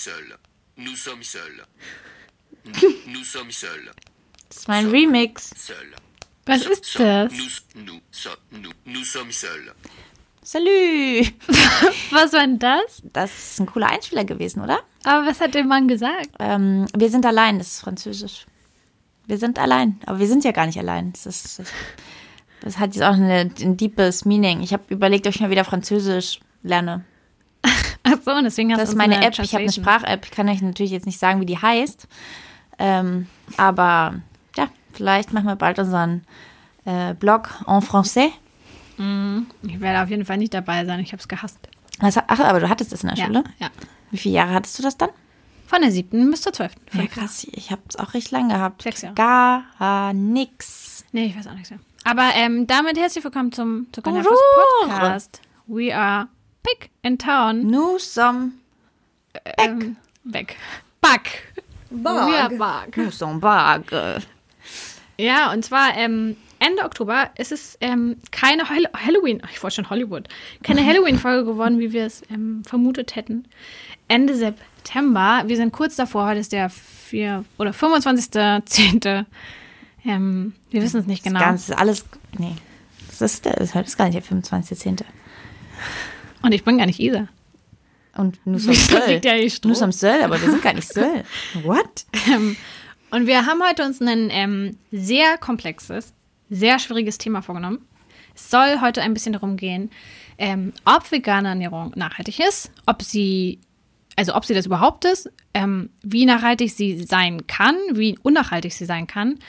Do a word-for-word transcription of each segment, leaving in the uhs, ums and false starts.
seuls. Nous sommes seuls. Nous sommes seuls. Das ist mein Remix. Seuls. Was So- ist so- das? Nous, nous, so- nous, nous sommes seuls. Salü. Was war denn das? Das ist ein cooler Einspieler gewesen, oder? Aber was hat der Mann gesagt? Ähm, wir sind allein, das ist Französisch. Wir sind allein, aber wir sind ja gar nicht allein. Das, ist, das, das hat jetzt auch eine, ein deepes Meaning. Ich habe überlegt, ob ich mal wieder Französisch lerne. Ach so, und deswegen hast Das du ist uns meine eine App. Ich habe eine Translation. Sprach-App. Ich kann euch natürlich jetzt nicht sagen, wie die heißt. Ähm, aber ja, vielleicht machen wir bald unseren äh, Blog en français. Ich werde auf jeden Fall nicht dabei sein. Ich habe es gehasst. Was, ach, aber du hattest das in der Ja, Schule? ja. Wie viele Jahre hattest du das dann? Von der siebten bis zur zwölften. Ja, krass. Ich habe es auch recht lang gehabt. Sechs Jahre. Gar nix. Nee, ich weiß auch nichts mehr. Aber ähm, damit herzlich willkommen zum zu Bonjour. Podcast. We are big in town. Nous sommes Ähm, weg. Back. We are back. Nous sommes vague. Ja, und zwar ähm, Ende Oktober ist es ähm, keine Hall- Halloween, ich wollte schon Hollywood, keine Halloween-Folge geworden, wie wir es ähm, vermutet hätten. Ende September, wir sind kurz davor, heute ist der vier oder fünfundzwanzigster zehnte Ähm, wir wissen es nicht genau. Das Ganze, alles, nee. Das ist, das ist, heute ist gar nicht der fünfundzwanzigste zehnte Und ich bin gar nicht Isa. Und nous sommes Wieso seul. liegt ja hier Stroh? Nous sommes seul, aber wir sind gar nicht seul. What? Ähm, und wir haben heute uns ein ähm, sehr komplexes, sehr schwieriges Thema vorgenommen. Es soll heute ein bisschen darum gehen, ähm, ob vegane Ernährung nachhaltig ist, ob sie, also ob sie das überhaupt ist, ähm, wie nachhaltig sie sein kann, wie unnachhaltig sie sein kann.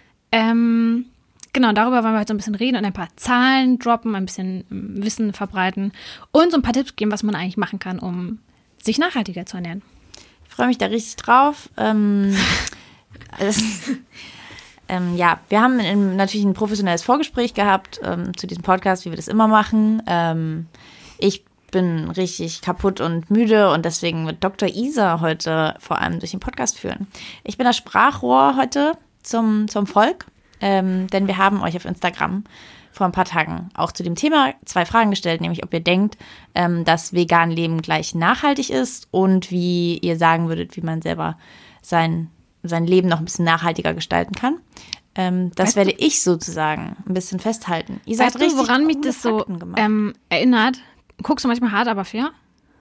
Ähm, genau, darüber wollen wir heute so ein bisschen reden und ein paar Zahlen droppen, ein bisschen ähm, Wissen verbreiten und so ein paar Tipps geben, was man eigentlich machen kann, um sich nachhaltiger zu ernähren. Ich freue mich da richtig drauf. Ähm, es, ähm, ja, wir haben in, natürlich ein professionelles Vorgespräch gehabt ähm, zu diesem Podcast, wie wir das immer machen. Ähm, ich bin richtig kaputt und müde und deswegen wird Doktor Isa heute vor allem durch den Podcast führen. Ich bin das Sprachrohr heute zum, zum Volk, ähm, denn wir haben euch auf Instagram vor ein paar Tagen auch zu dem Thema zwei Fragen gestellt, nämlich ob ihr denkt, ähm, dass vegan Leben gleich nachhaltig ist und wie ihr sagen würdet, wie man selber sein, sein Leben noch ein bisschen nachhaltiger gestalten kann. Ähm, das Weißt werde ich sozusagen ein bisschen festhalten. Ihr Weißt seid du, richtig woran mich coole das so Fakten gemacht. ähm, erinnert? Guckst du manchmal hart, aber fair?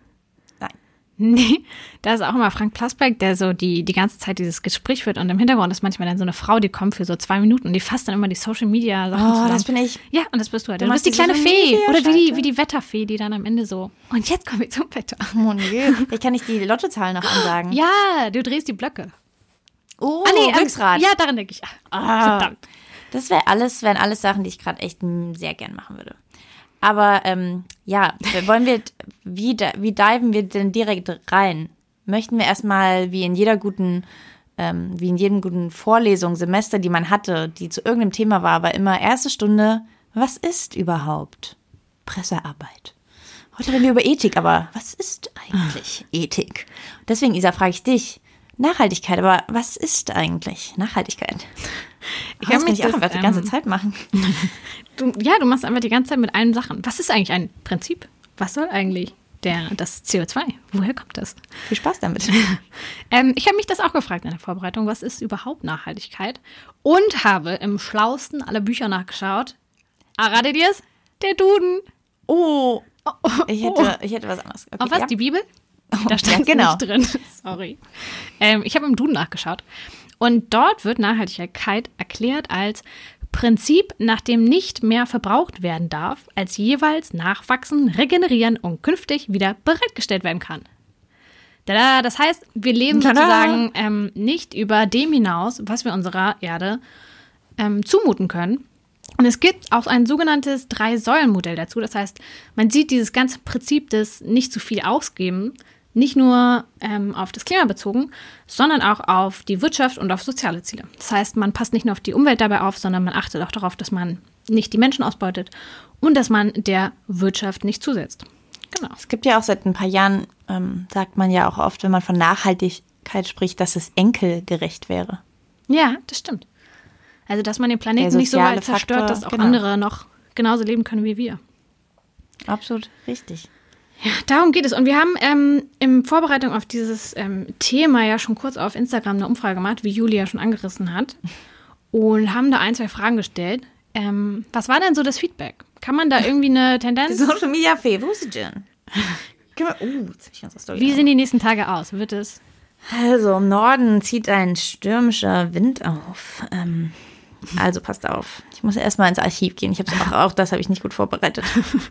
Nein. Nee, da ist auch immer Frank Plasberg, der so die, die ganze Zeit dieses Gespräch führt und im Hintergrund ist manchmal dann so eine Frau, die kommt für so zwei Minuten und die fasst dann immer die Social-Media-Sachen Oh, zusammen. das bin ich. Ja, und das bist du halt. Du Du, bist machst die die kleine Fee. Social-Media-Schalte. Oder wie die, wie die Wetterfee, die dann am Ende so, und jetzt kommen wir zum Wetter. Oh nee. Ich kann nicht die Lottozahlen noch ansagen. Ja, du drehst die Blöcke. Oh, Ah, nee, Glücksrad. Ähm, ja, daran denke ich. Ah, verdammt. Das wäre alles, wären alles Sachen, die ich gerade echt mm, sehr gern machen würde. Aber ähm, ja, wollen wir, wie, wie diven wir denn direkt rein? Möchten wir erstmal, wie in jeder guten, ähm, wie in jedem guten Vorlesung, Semester, die man hatte, die zu irgendeinem Thema war, war immer erste Stunde, was ist überhaupt Pressearbeit? Heute reden wir über Ethik, aber was ist eigentlich Ethik? Deswegen, Isa, frage ich dich, Nachhaltigkeit, aber was ist eigentlich Nachhaltigkeit? Ich Oh, das hab kann mich ich auch das, einfach die ganze ähm, Zeit machen. Du, ja, du machst einfach die ganze Zeit mit allen Sachen. Was ist eigentlich ein Prinzip? Was soll eigentlich der, das C O zwei? Woher kommt das? Viel Spaß damit. Ähm, ich habe mich das auch gefragt in der Vorbereitung. Was ist überhaupt Nachhaltigkeit? Und habe im schlauesten aller Bücher nachgeschaut. Ah, ratet ihr es? Der Duden. Oh, Oh, oh, ich oh. hätte, ich hätte was anderes. Okay, Auf was? ja. Die Bibel? Oh, Da stand ja, genau. nicht drin. Sorry. Ähm, ich habe im Duden nachgeschaut. Und dort wird Nachhaltigkeit erklärt als Prinzip, nach dem nicht mehr verbraucht werden darf, als jeweils nachwachsen, regenerieren und künftig wieder bereitgestellt werden kann. Tada, das heißt, wir leben Tada. sozusagen ähm, nicht über dem hinaus, was wir unserer Erde ähm, zumuten können. Und es gibt auch ein sogenanntes Drei-Säulen-Modell dazu. Das heißt, man sieht dieses ganze Prinzip des nicht zu viel ausgeben, nicht nur ähm, auf das Klima bezogen, sondern auch auf die Wirtschaft und auf soziale Ziele. Das heißt, man passt nicht nur auf die Umwelt dabei auf, sondern man achtet auch darauf, dass man nicht die Menschen ausbeutet und dass man der Wirtschaft nicht zusetzt. Genau. Es gibt ja auch seit ein paar Jahren, ähm, sagt man ja auch oft, wenn man von Nachhaltigkeit spricht, dass es enkelgerecht wäre. Ja, das stimmt. Also, dass man den Planeten Der nicht so soziale weit zerstört, Faktor, dass auch genau. andere noch genauso leben können wie wir. Absolut richtig. Ja, darum geht es. Und wir haben ähm, in Vorbereitung auf dieses ähm, Thema ja schon kurz auf Instagram eine Umfrage gemacht, wie Julia schon angerissen hat. Und haben da ein, zwei Fragen gestellt. Ähm, was war denn so das Feedback? Kann man da irgendwie eine Tendenz? Die Social Media Fee, wo ist sie denn? Oh, jetzt hab ich unsere Story. Wie sehen die nächsten Tage aus? Wird es? Also im Norden zieht ein stürmischer Wind auf. Ähm, also passt auf. Ich muss erstmal ins Archiv gehen. Ich habe auch, auch das habe ich nicht gut vorbereitet.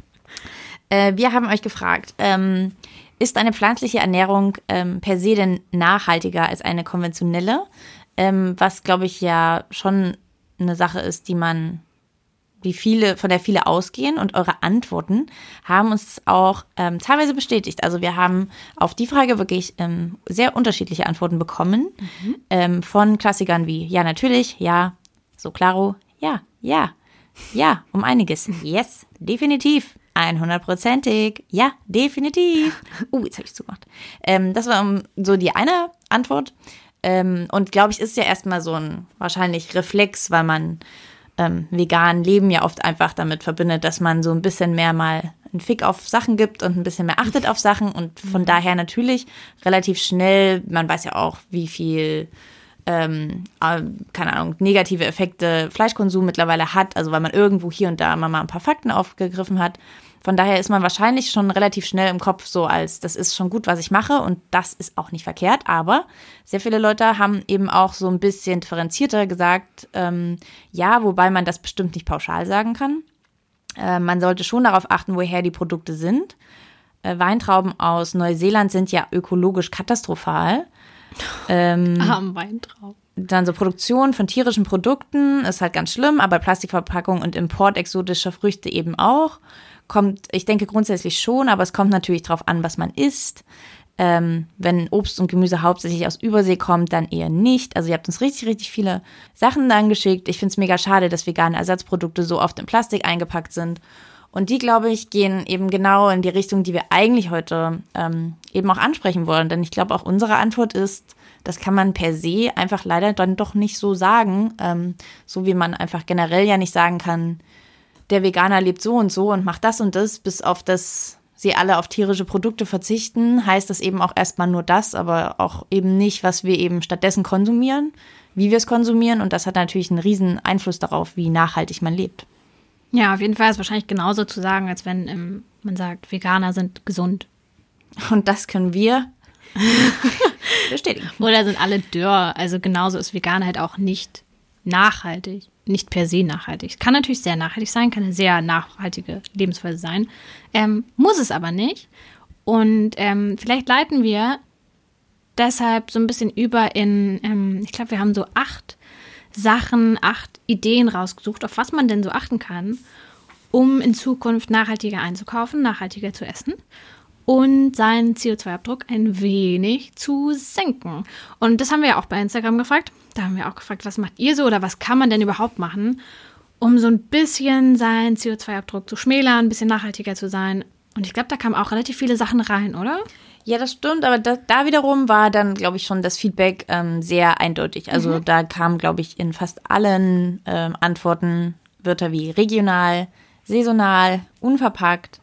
äh, wir haben euch gefragt, ähm, ist eine pflanzliche Ernährung ähm, per se denn nachhaltiger als eine konventionelle? Ähm, was, glaube ich, ja schon eine Sache ist, die man, die viele, von der viele ausgehen. Und eure Antworten haben uns auch ähm, teilweise bestätigt. Also wir haben auf die Frage wirklich ähm, sehr unterschiedliche Antworten bekommen. Mhm. Ähm, von Klassikern wie, ja, natürlich, ja, so klaro, ja, ja, ja, um einiges. Yes, definitiv. hundertprozentig. Ja, definitiv. Uh, jetzt habe ich zugemacht. Ähm, das war um, so die eine Antwort. Ähm, und glaube ich, ist ja erstmal so ein wahrscheinlich Reflex, weil man ähm, vegan Leben ja oft einfach damit verbindet, dass man so ein bisschen mehr mal einen Fick auf Sachen gibt und ein bisschen mehr achtet auf Sachen und von mhm. daher natürlich relativ schnell, man weiß ja auch, wie viel ähm, äh, keine Ahnung, negative Effekte Fleischkonsum mittlerweile hat, also weil man irgendwo hier und da mal ein paar Fakten aufgegriffen hat. Von daher ist man wahrscheinlich schon relativ schnell im Kopf so als, das ist schon gut, was ich mache und das ist auch nicht verkehrt. Aber sehr viele Leute haben eben auch so ein bisschen differenzierter gesagt, ähm, ja, wobei man das bestimmt nicht pauschal sagen kann. Äh, man sollte schon darauf achten, woher die Produkte sind. Äh, Weintrauben aus Neuseeland sind ja ökologisch katastrophal. Ähm, Arm Weintrauben. Dann so Produktion von tierischen Produkten ist halt ganz schlimm, aber Plastikverpackung und Import exotischer Früchte eben auch. Kommt, ich denke grundsätzlich schon, aber es kommt natürlich drauf an, was man isst. Ähm, wenn Obst und Gemüse hauptsächlich aus Übersee kommt, dann eher nicht. Also ihr habt uns richtig, richtig viele Sachen dann geschickt. Ich finde es mega schade, dass vegane Ersatzprodukte so oft in Plastik eingepackt sind. Und die, glaube ich, gehen eben genau in die Richtung, die wir eigentlich heute ähm, eben auch ansprechen wollen. Denn ich glaube, auch unsere Antwort ist, das kann man per se einfach leider dann doch nicht so sagen. Ähm, so wie man einfach generell ja nicht sagen kann, der Veganer lebt so und so und macht das und das, bis auf das sie alle auf tierische Produkte verzichten, heißt das eben auch erstmal nur das, aber auch eben nicht, was wir eben stattdessen konsumieren, wie wir es konsumieren. Und das hat natürlich einen riesen Einfluss darauf, wie nachhaltig man lebt. Ja, auf jeden Fall ist es wahrscheinlich genauso zu sagen, als wenn ähm, man sagt, Veganer sind gesund. Und das können wir bestätigen. Oder sind alle dürr. Also genauso ist Vegan halt auch nicht nachhaltig. Nicht per se nachhaltig. Es kann natürlich sehr nachhaltig sein, kann eine sehr nachhaltige Lebensweise sein. Ähm, muss es aber nicht. Und ähm, vielleicht leiten wir deshalb so ein bisschen über in, ähm, ich glaube, wir haben so acht Sachen, acht Ideen rausgesucht, auf was man denn so achten kann, um in Zukunft nachhaltiger einzukaufen, nachhaltiger zu essen und seinen C O zwei Abdruck ein wenig zu senken. Und das haben wir ja auch bei Instagram gefragt. Da haben wir auch gefragt, was macht ihr so oder was kann man denn überhaupt machen, um so ein bisschen seinen C O zwei Abdruck zu schmälern, ein bisschen nachhaltiger zu sein. Und ich glaube, da kamen auch relativ viele Sachen rein, oder? Ja, das stimmt, aber da, da wiederum war dann, glaube ich, schon das Feedback ähm, sehr eindeutig. Also mhm. da kamen, glaube ich, in fast allen ähm, Antworten Wörter wie regional, saisonal, unverpackt,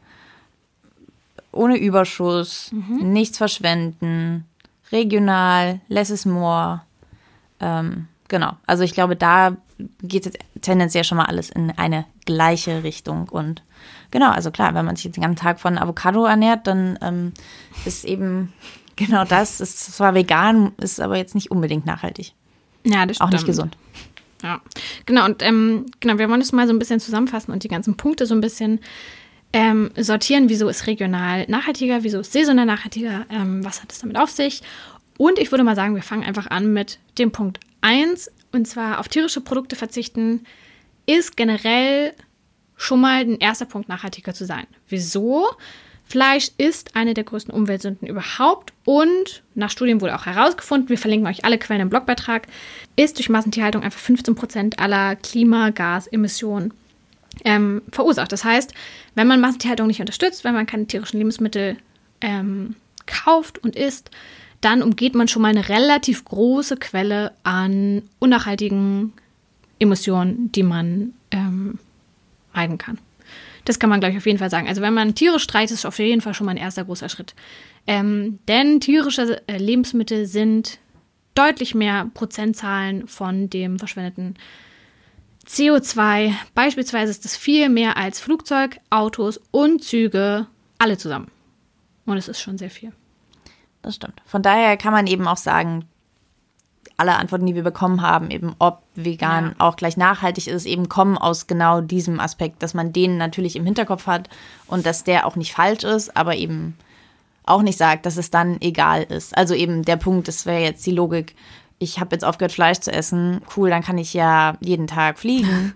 ohne Überschuss, mhm. nichts verschwenden, regional, less is more. Ähm, genau, also ich glaube, da geht jetzt tendenziell schon mal alles in eine gleiche Richtung. Und genau, also klar, wenn man sich jetzt den ganzen Tag von Avocado ernährt, dann ähm, ist eben genau das, ist zwar vegan, ist aber jetzt nicht unbedingt nachhaltig. Ja, das stimmt. Auch nicht gesund. Ja, genau, und ähm, genau, wir wollen das mal so ein bisschen zusammenfassen und die ganzen Punkte so ein bisschen ähm, sortieren. Wieso ist regional nachhaltiger, wieso ist saisonal nachhaltiger, ähm, was hat es damit auf sich? Und ich würde mal sagen, wir fangen einfach an mit dem Punkt eins, und zwar auf tierische Produkte verzichten, ist generell schon mal ein erster Punkt, nachhaltiger zu sein. Wieso? Fleisch ist eine der größten Umweltsünden überhaupt und nach Studien wurde auch herausgefunden, wir verlinken euch alle Quellen im Blogbeitrag, ist durch Massentierhaltung einfach fünfzehn Prozent aller Klimagasemissionen ähm, verursacht. Das heißt, wenn man Massentierhaltung nicht unterstützt, wenn man keine tierischen Lebensmittel ähm, kauft und isst, dann umgeht man schon mal eine relativ große Quelle an unnachhaltigen Emissionen, die man ähm, meiden kann. Das kann man, glaube ich, auf jeden Fall sagen. Also wenn man Tiere streicht, ist es auf jeden Fall schon mal ein erster großer Schritt. Ähm, denn tierische äh, Lebensmittel sind deutlich mehr Prozentzahlen von dem verschwendeten C O zwei. Beispielsweise ist es viel mehr als Flugzeug, Autos und Züge, alle zusammen. Und es ist schon sehr viel. Das stimmt. Von daher kann man eben auch sagen, alle Antworten, die wir bekommen haben, eben ob vegan ja. auch gleich nachhaltig ist, eben kommen aus genau diesem Aspekt, dass man den natürlich im Hinterkopf hat und dass der auch nicht falsch ist, aber eben auch nicht sagt, dass es dann egal ist. Also eben der Punkt, das wäre jetzt die Logik, ich habe jetzt aufgehört, Fleisch zu essen, cool, dann kann ich ja jeden Tag fliegen.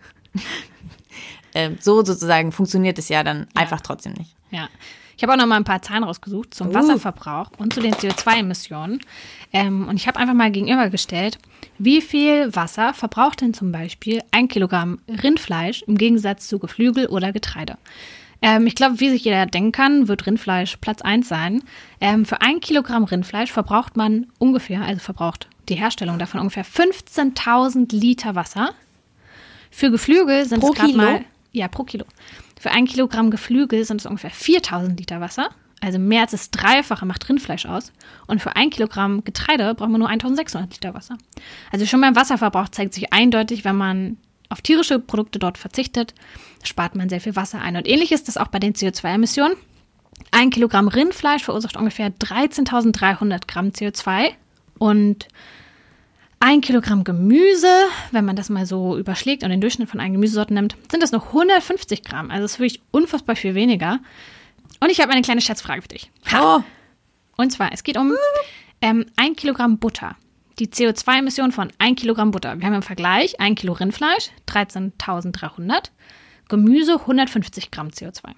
äh, so sozusagen funktioniert es ja dann ja. einfach trotzdem nicht. Ja. Ich habe auch noch mal ein paar Zahlen rausgesucht zum uh. Wasserverbrauch und zu den C O zwei Emissionen. Ähm, und ich habe einfach mal gegenübergestellt, wie viel Wasser verbraucht denn zum Beispiel ein Kilogramm Rindfleisch im Gegensatz zu Geflügel oder Getreide. Ähm, ich glaube, wie sich jeder denken kann, wird Rindfleisch Platz eins sein. Ähm, für ein Kilogramm Rindfleisch verbraucht man ungefähr, also verbraucht die Herstellung davon ungefähr fünfzehntausend Liter Wasser. Für Geflügel sind pro es gerade Kilo? mal, ja, pro Kilo. Für ein Kilogramm Geflügel sind es ungefähr viertausend Liter Wasser. Also mehr als das Dreifache macht Rindfleisch aus. Und für ein Kilogramm Getreide braucht man nur eintausendsechshundert Liter Wasser. Also schon beim Wasserverbrauch zeigt sich eindeutig, wenn man auf tierische Produkte dort verzichtet, spart man sehr viel Wasser ein. Und ähnlich ist das auch bei den C O zwei Emissionen. Ein Kilogramm Rindfleisch verursacht ungefähr dreizehntausenddreihundert Gramm C O zwei. Und ein Kilogramm Gemüse, wenn man das mal so überschlägt und den Durchschnitt von allen Gemüsesorten nimmt, sind das noch hundertfünfzig Gramm. Also das ist wirklich unfassbar viel weniger. Und ich habe eine kleine Schätzfrage für dich. Oh. Und zwar, es geht um ähm, ein Kilogramm Butter. Die C O zwei Emissionen von ein Kilogramm Butter. Wir haben im Vergleich ein Kilo Rindfleisch, dreizehntausenddreihundert, Gemüse hundertfünfzig Gramm C O zwei.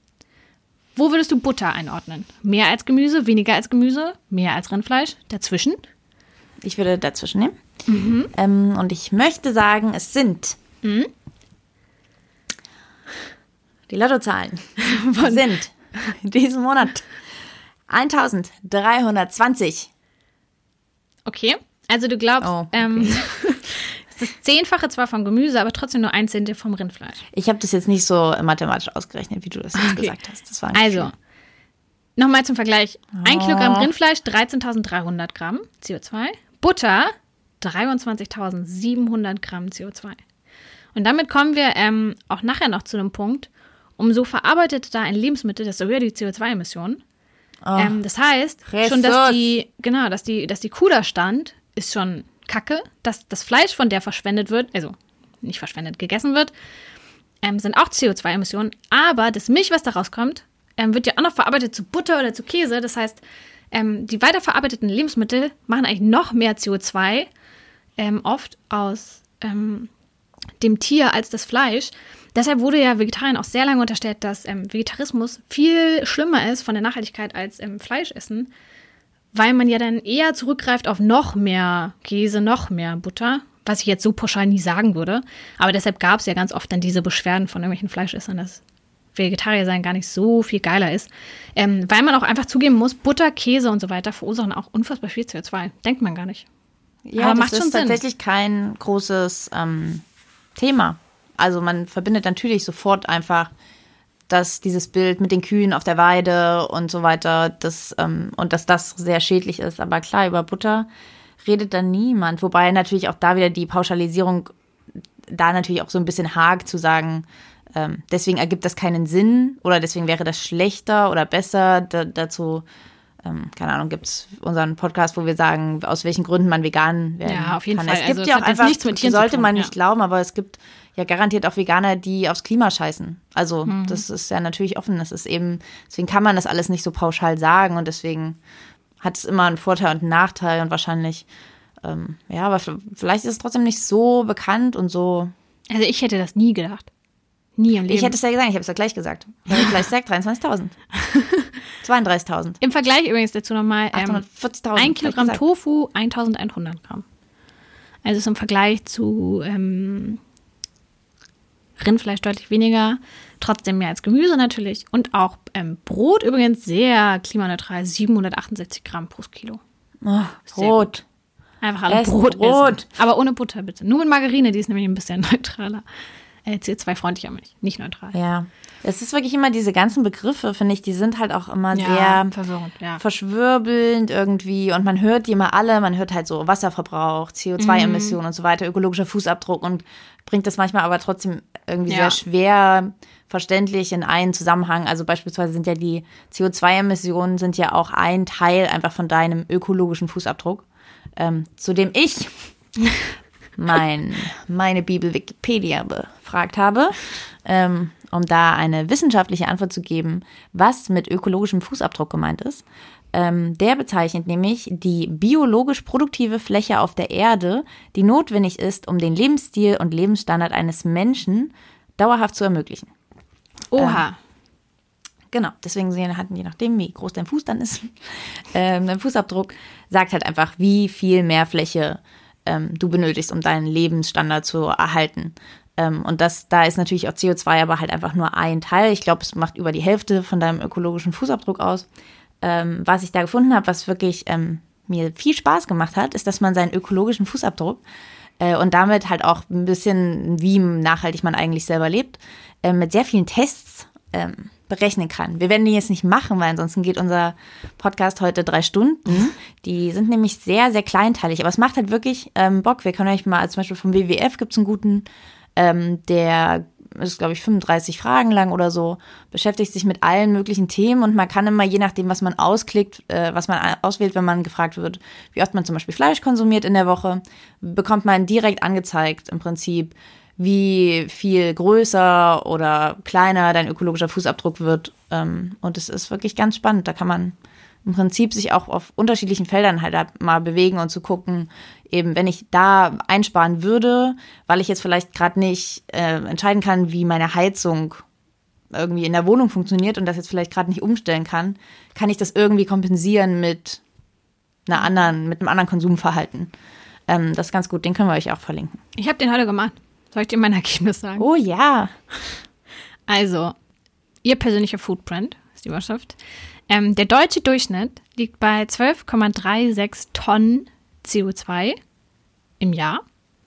Wo würdest du Butter einordnen? Mehr als Gemüse, weniger als Gemüse, mehr als Rindfleisch, dazwischen? Ich würde dazwischen nehmen. Mhm. Ähm, und ich möchte sagen, es sind Mhm. die Lottozahlen sind in diesem Monat eintausenddreihundertzwanzig. Okay, also du glaubst, Oh, okay. ähm, es ist das Zehnfache zwar vom Gemüse, aber trotzdem nur ein Zehntel vom Rindfleisch. Ich habe das jetzt nicht so mathematisch ausgerechnet, wie du das jetzt Okay. gesagt hast. Das war nicht Also, viel. nochmal zum Vergleich. Ein Oh. Kilogramm Rindfleisch, dreizehntausenddreihundert Gramm C O zwei. Butter, dreiundzwanzigtausendsiebenhundert Gramm C O zwei. Und damit kommen wir ähm, auch nachher noch zu einem Punkt, umso verarbeiteter ein Lebensmittel, desto höher die C O zwei Emissionen. Oh. Ähm, das heißt, Jesus. schon, dass die, genau, dass die, dass die Kuh da stand, ist schon Kacke. Dass das Fleisch, von der verschwendet wird, also nicht verschwendet, gegessen wird, ähm, sind auch C O zwei Emissionen. Aber das Milch, was da rauskommt, ähm, wird ja auch noch verarbeitet zu Butter oder zu Käse. Das heißt, ähm, die weiterverarbeiteten Lebensmittel machen eigentlich noch mehr C O zwei, ähm, oft aus ähm, dem Tier als das Fleisch. Deshalb wurde ja Vegetariern auch sehr lange unterstellt, dass ähm, Vegetarismus viel schlimmer ist von der Nachhaltigkeit als ähm, Fleischessen, weil man ja dann eher zurückgreift auf noch mehr Käse, noch mehr Butter, was ich jetzt so pauschal nie sagen würde. Aber deshalb gab es ja ganz oft dann diese Beschwerden von irgendwelchen Fleischessern, dass Vegetarier sein gar nicht so viel geiler ist. Ähm, weil man auch einfach zugeben muss, Butter, Käse und so weiter verursachen auch unfassbar viel C O zwei. Denkt man gar nicht. Ja, aber das macht ist schon Sinn. tatsächlich kein großes ähm, Thema. Also man verbindet natürlich sofort einfach dass dieses Bild mit den Kühen auf der Weide und so weiter, das, ähm, und dass das sehr schädlich ist. Aber klar, über Butter redet dann niemand. Wobei natürlich auch da wieder die Pauschalisierung da natürlich auch so ein bisschen hakt, zu sagen, ähm, deswegen ergibt das keinen Sinn oder deswegen wäre das schlechter oder besser. Da, dazu, ähm, keine Ahnung, gibt es unseren Podcast, wo wir sagen, aus welchen Gründen man vegan werden kann. Ja, auf jeden kann. Fall. Es gibt Also, ja es auch hat jetzt einfach, nichts mit Tieren zu sollte tun, man ja. nicht glauben, aber es gibt ja garantiert auch Veganer, die aufs Klima scheißen. Also Mhm. das ist ja natürlich offen. Das ist eben, deswegen kann man das alles nicht so pauschal sagen und deswegen hat es immer einen Vorteil und einen Nachteil und wahrscheinlich, ähm, ja, aber vielleicht ist es trotzdem nicht so bekannt und so. Also ich hätte das nie gedacht. Nie im Leben. Ich hätte es ja gesagt, ich habe es ja gleich gesagt. Ich habe gleich gesagt, dreiundzwanzigtausend. zweiunddreißigtausend. Im Vergleich übrigens dazu nochmal, ähm, achthundertvierzigtausend. ein Kilogramm Tofu, eintausendeinhundert Gramm. Also ist im Vergleich zu ähm, Rindfleisch deutlich weniger, trotzdem mehr als Gemüse natürlich. Und auch ähm, Brot übrigens sehr klimaneutral, siebenhundertachtundsechzig Gramm pro Kilo. Oh, Sehr Brot. Einfach alle Esst Brot, Brot. essen. Aber ohne Butter bitte. Nur mit Margarine, die ist nämlich ein bisschen neutraler. äh, C O zwei freundlicher Milch, nicht neutral. Ja, es ist wirklich immer diese ganzen Begriffe, finde ich, die sind halt auch immer Ja, sehr verwirrend, ja. verschwirbelnd irgendwie und man hört die immer alle, man hört halt so Wasserverbrauch, C O zwei Emissionen und so weiter, ökologischer Fußabdruck und bringt das manchmal aber trotzdem irgendwie Ja. sehr schwer verständlich in einen Zusammenhang. Also beispielsweise sind ja die C O zwei Emissionen sind ja auch ein Teil einfach von deinem ökologischen Fußabdruck, ähm, zu dem ich mein, meine Bibel Wikipedia befragt habe, ähm, um da eine wissenschaftliche Antwort zu geben, was mit ökologischem Fußabdruck gemeint ist. Ähm, der bezeichnet nämlich die biologisch produktive Fläche auf der Erde, die notwendig ist, um den Lebensstil und Lebensstandard eines Menschen dauerhaft zu ermöglichen. Oha. Genau, deswegen sehen hatten, je nachdem, wie groß dein Fuß dann ist, ähm, dein Fußabdruck sagt halt einfach, wie viel mehr Fläche ähm, du benötigst, um deinen Lebensstandard zu erhalten. Ähm, und das, da ist natürlich auch C O zwei aber halt einfach nur ein Teil. Ich glaube, es macht über die Hälfte von deinem ökologischen Fußabdruck aus. Ähm, was ich da gefunden habe, was wirklich ähm, mir viel Spaß gemacht hat, ist, dass man seinen ökologischen Fußabdruck äh, und damit halt auch ein bisschen, wie nachhaltig man eigentlich selber lebt, äh, mit sehr vielen Tests ähm, berechnen kann. Wir werden die jetzt nicht machen, weil ansonsten geht unser Podcast heute drei Stunden. Die sind nämlich sehr, sehr kleinteilig. Aber es macht halt wirklich ähm, Bock. Wir können euch mal, also zum Beispiel vom W W F gibt es einen guten, ähm, der ist, glaube ich, fünfunddreißig Fragen lang oder so, beschäftigt sich mit allen möglichen Themen und man kann immer, je nachdem, was man ausklickt, äh, was man auswählt, wenn man gefragt wird, wie oft man zum Beispiel Fleisch konsumiert in der Woche, bekommt man direkt angezeigt im Prinzip, wie viel größer oder kleiner dein ökologischer Fußabdruck wird. Und es ist wirklich ganz spannend. Da kann man im Prinzip sich auch auf unterschiedlichen Feldern halt mal bewegen und zu gucken, eben wenn ich da einsparen würde, weil ich jetzt vielleicht gerade nicht äh, entscheiden kann, wie meine Heizung irgendwie in der Wohnung funktioniert und das jetzt vielleicht gerade nicht umstellen kann, kann ich das irgendwie kompensieren mit einer anderen, mit einem anderen Konsumverhalten. Ähm, das ist ganz gut, den können wir euch auch verlinken. Ich habe den heute gemacht. Soll ich dir mein Ergebnis sagen? Oh ja. Also, ihr persönlicher Footprint ist die Überschrift. Ähm, der deutsche Durchschnitt liegt bei zwölf Komma sechsunddreißig Tonnen C O zwei im Jahr.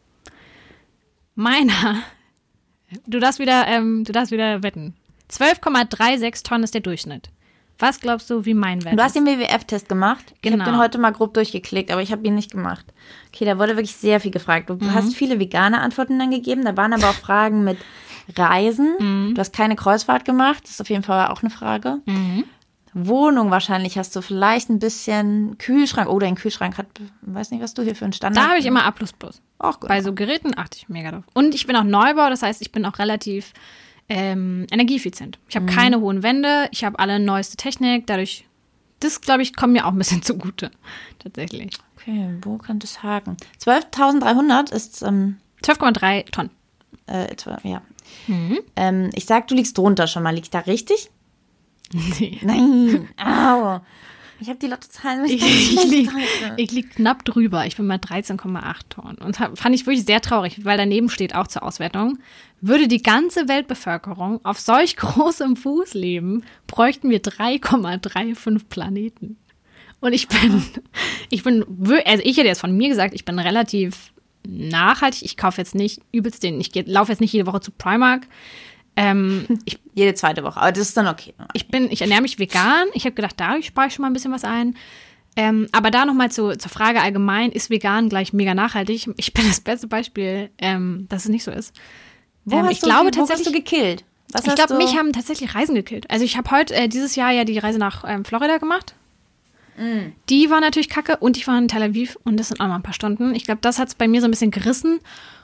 Meiner, du darfst wieder, ähm, du darfst wieder wetten. zwölf Komma sechsunddreißig Tonnen ist der Durchschnitt. Was glaubst du, wie mein Wert Du hast den W W F-Test gemacht. Ich Genau. habe den heute mal grob durchgeklickt, aber ich habe ihn nicht gemacht. Okay, da wurde wirklich sehr viel gefragt. Du Mhm. hast viele vegane Antworten dann gegeben. Da waren aber auch Fragen mit Reisen. Mhm. Du hast keine Kreuzfahrt gemacht. Das ist auf jeden Fall auch eine Frage. Mhm. Wohnung wahrscheinlich hast du vielleicht ein bisschen Kühlschrank. Oh, dein Kühlschrank hat, weiß nicht, was du hier für einen Standard. Da habe ich immer A plus plus. Auch gut. Bei so Geräten achte ich mega drauf. Und ich bin auch Neubau, das heißt, ich bin auch relativ ähm, energieeffizient. Ich habe keine hohen Wände, ich habe alle neueste Technik, dadurch, das glaube ich, kommt mir auch ein bisschen zugute, tatsächlich. Okay, wo könnte es haken? zwölftausenddreihundert ist, ähm, zwölf Komma drei Tonnen. äh, etwa, ja. Mhm. Ähm, ich sag, du liegst drunter schon mal. Lieg ich da richtig? Nee. Nein. Au. Ich habe die Lottozahlen Ich, ich liege ich lieg knapp drüber. Ich bin bei dreizehn Komma acht Tonnen. Und hab, fand ich wirklich sehr traurig, weil daneben steht auch zur Auswertung, würde die ganze Weltbevölkerung auf solch großem Fuß leben, bräuchten wir drei Komma fünfunddreißig Planeten. Und ich bin, ich bin, wir- also ich hätte jetzt von mir gesagt, ich bin relativ nachhaltig. Ich kaufe jetzt nicht übelst den, ich geh- laufe jetzt nicht jede Woche zu Primark. Ähm, ich Jede zweite Woche, aber das ist dann okay. ich bin, ich ernähre mich vegan. Ich habe gedacht, dadurch spare ich schon mal ein bisschen was ein. Ähm, aber da nochmal zu, zur Frage allgemein, ist vegan gleich mega nachhaltig? Ich bin das beste Beispiel, ähm, dass es nicht so ist. Wo, ähm, hast ich du, glaube wo tatsächlich, hast du gekillt? Was ich hast glaube, du? mich haben tatsächlich Reisen gekillt. Also ich habe heute äh, dieses Jahr ja die Reise nach ähm, Florida gemacht. Mm. Die war natürlich kacke und ich war in Tel Aviv und das sind auch mal ein paar Stunden. Ich glaube, das hat es bei mir so ein bisschen gerissen.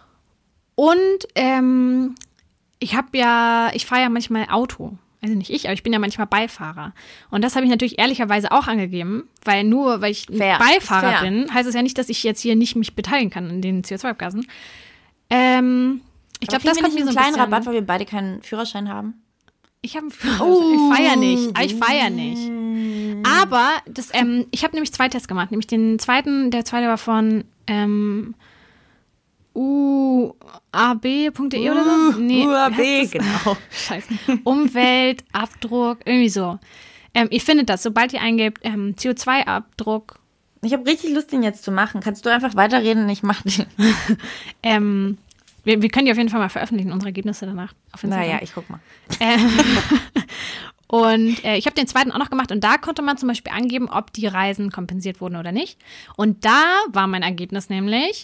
Und ähm, ich habe ja, ich fahre ja manchmal Auto. Also nicht ich, aber ich bin ja manchmal Beifahrer. Und das habe ich natürlich ehrlicherweise auch angegeben, weil nur weil ich ein Fair. Beifahrer Fair. bin, heißt es ja nicht, dass ich jetzt hier nicht mich beteiligen kann in den C O zwei Abgasen. Ähm, ich glaube, das kommt mir so einen ein kleinen bisschen... Rabatt, weil wir beide keinen Führerschein haben. Ich habe einen Führerschein. Ich feiere nicht. Aber ich feiere nicht. Aber das, ähm, ich habe nämlich zwei Tests gemacht. Nämlich den zweiten, der zweite war von ähm, u a b punkt d e oder so. Nee, U A B, wie heißt das? genau. Scheiße. Umwelt, Abdruck, irgendwie so. Ähm, ihr findet das, sobald ihr eingebt, ähm, C O zwei Abdruck. Ich habe richtig Lust, den jetzt zu machen. Kannst du einfach weiterreden und ich mache den. Ähm, Wir, wir können die auf jeden Fall mal veröffentlichen, unsere Ergebnisse danach auf Instagram. Naja, ich guck mal. Ähm, und äh, ich habe den zweiten auch noch gemacht und da konnte man zum Beispiel angeben, ob die Reisen kompensiert wurden oder nicht. Und da war mein Ergebnis nämlich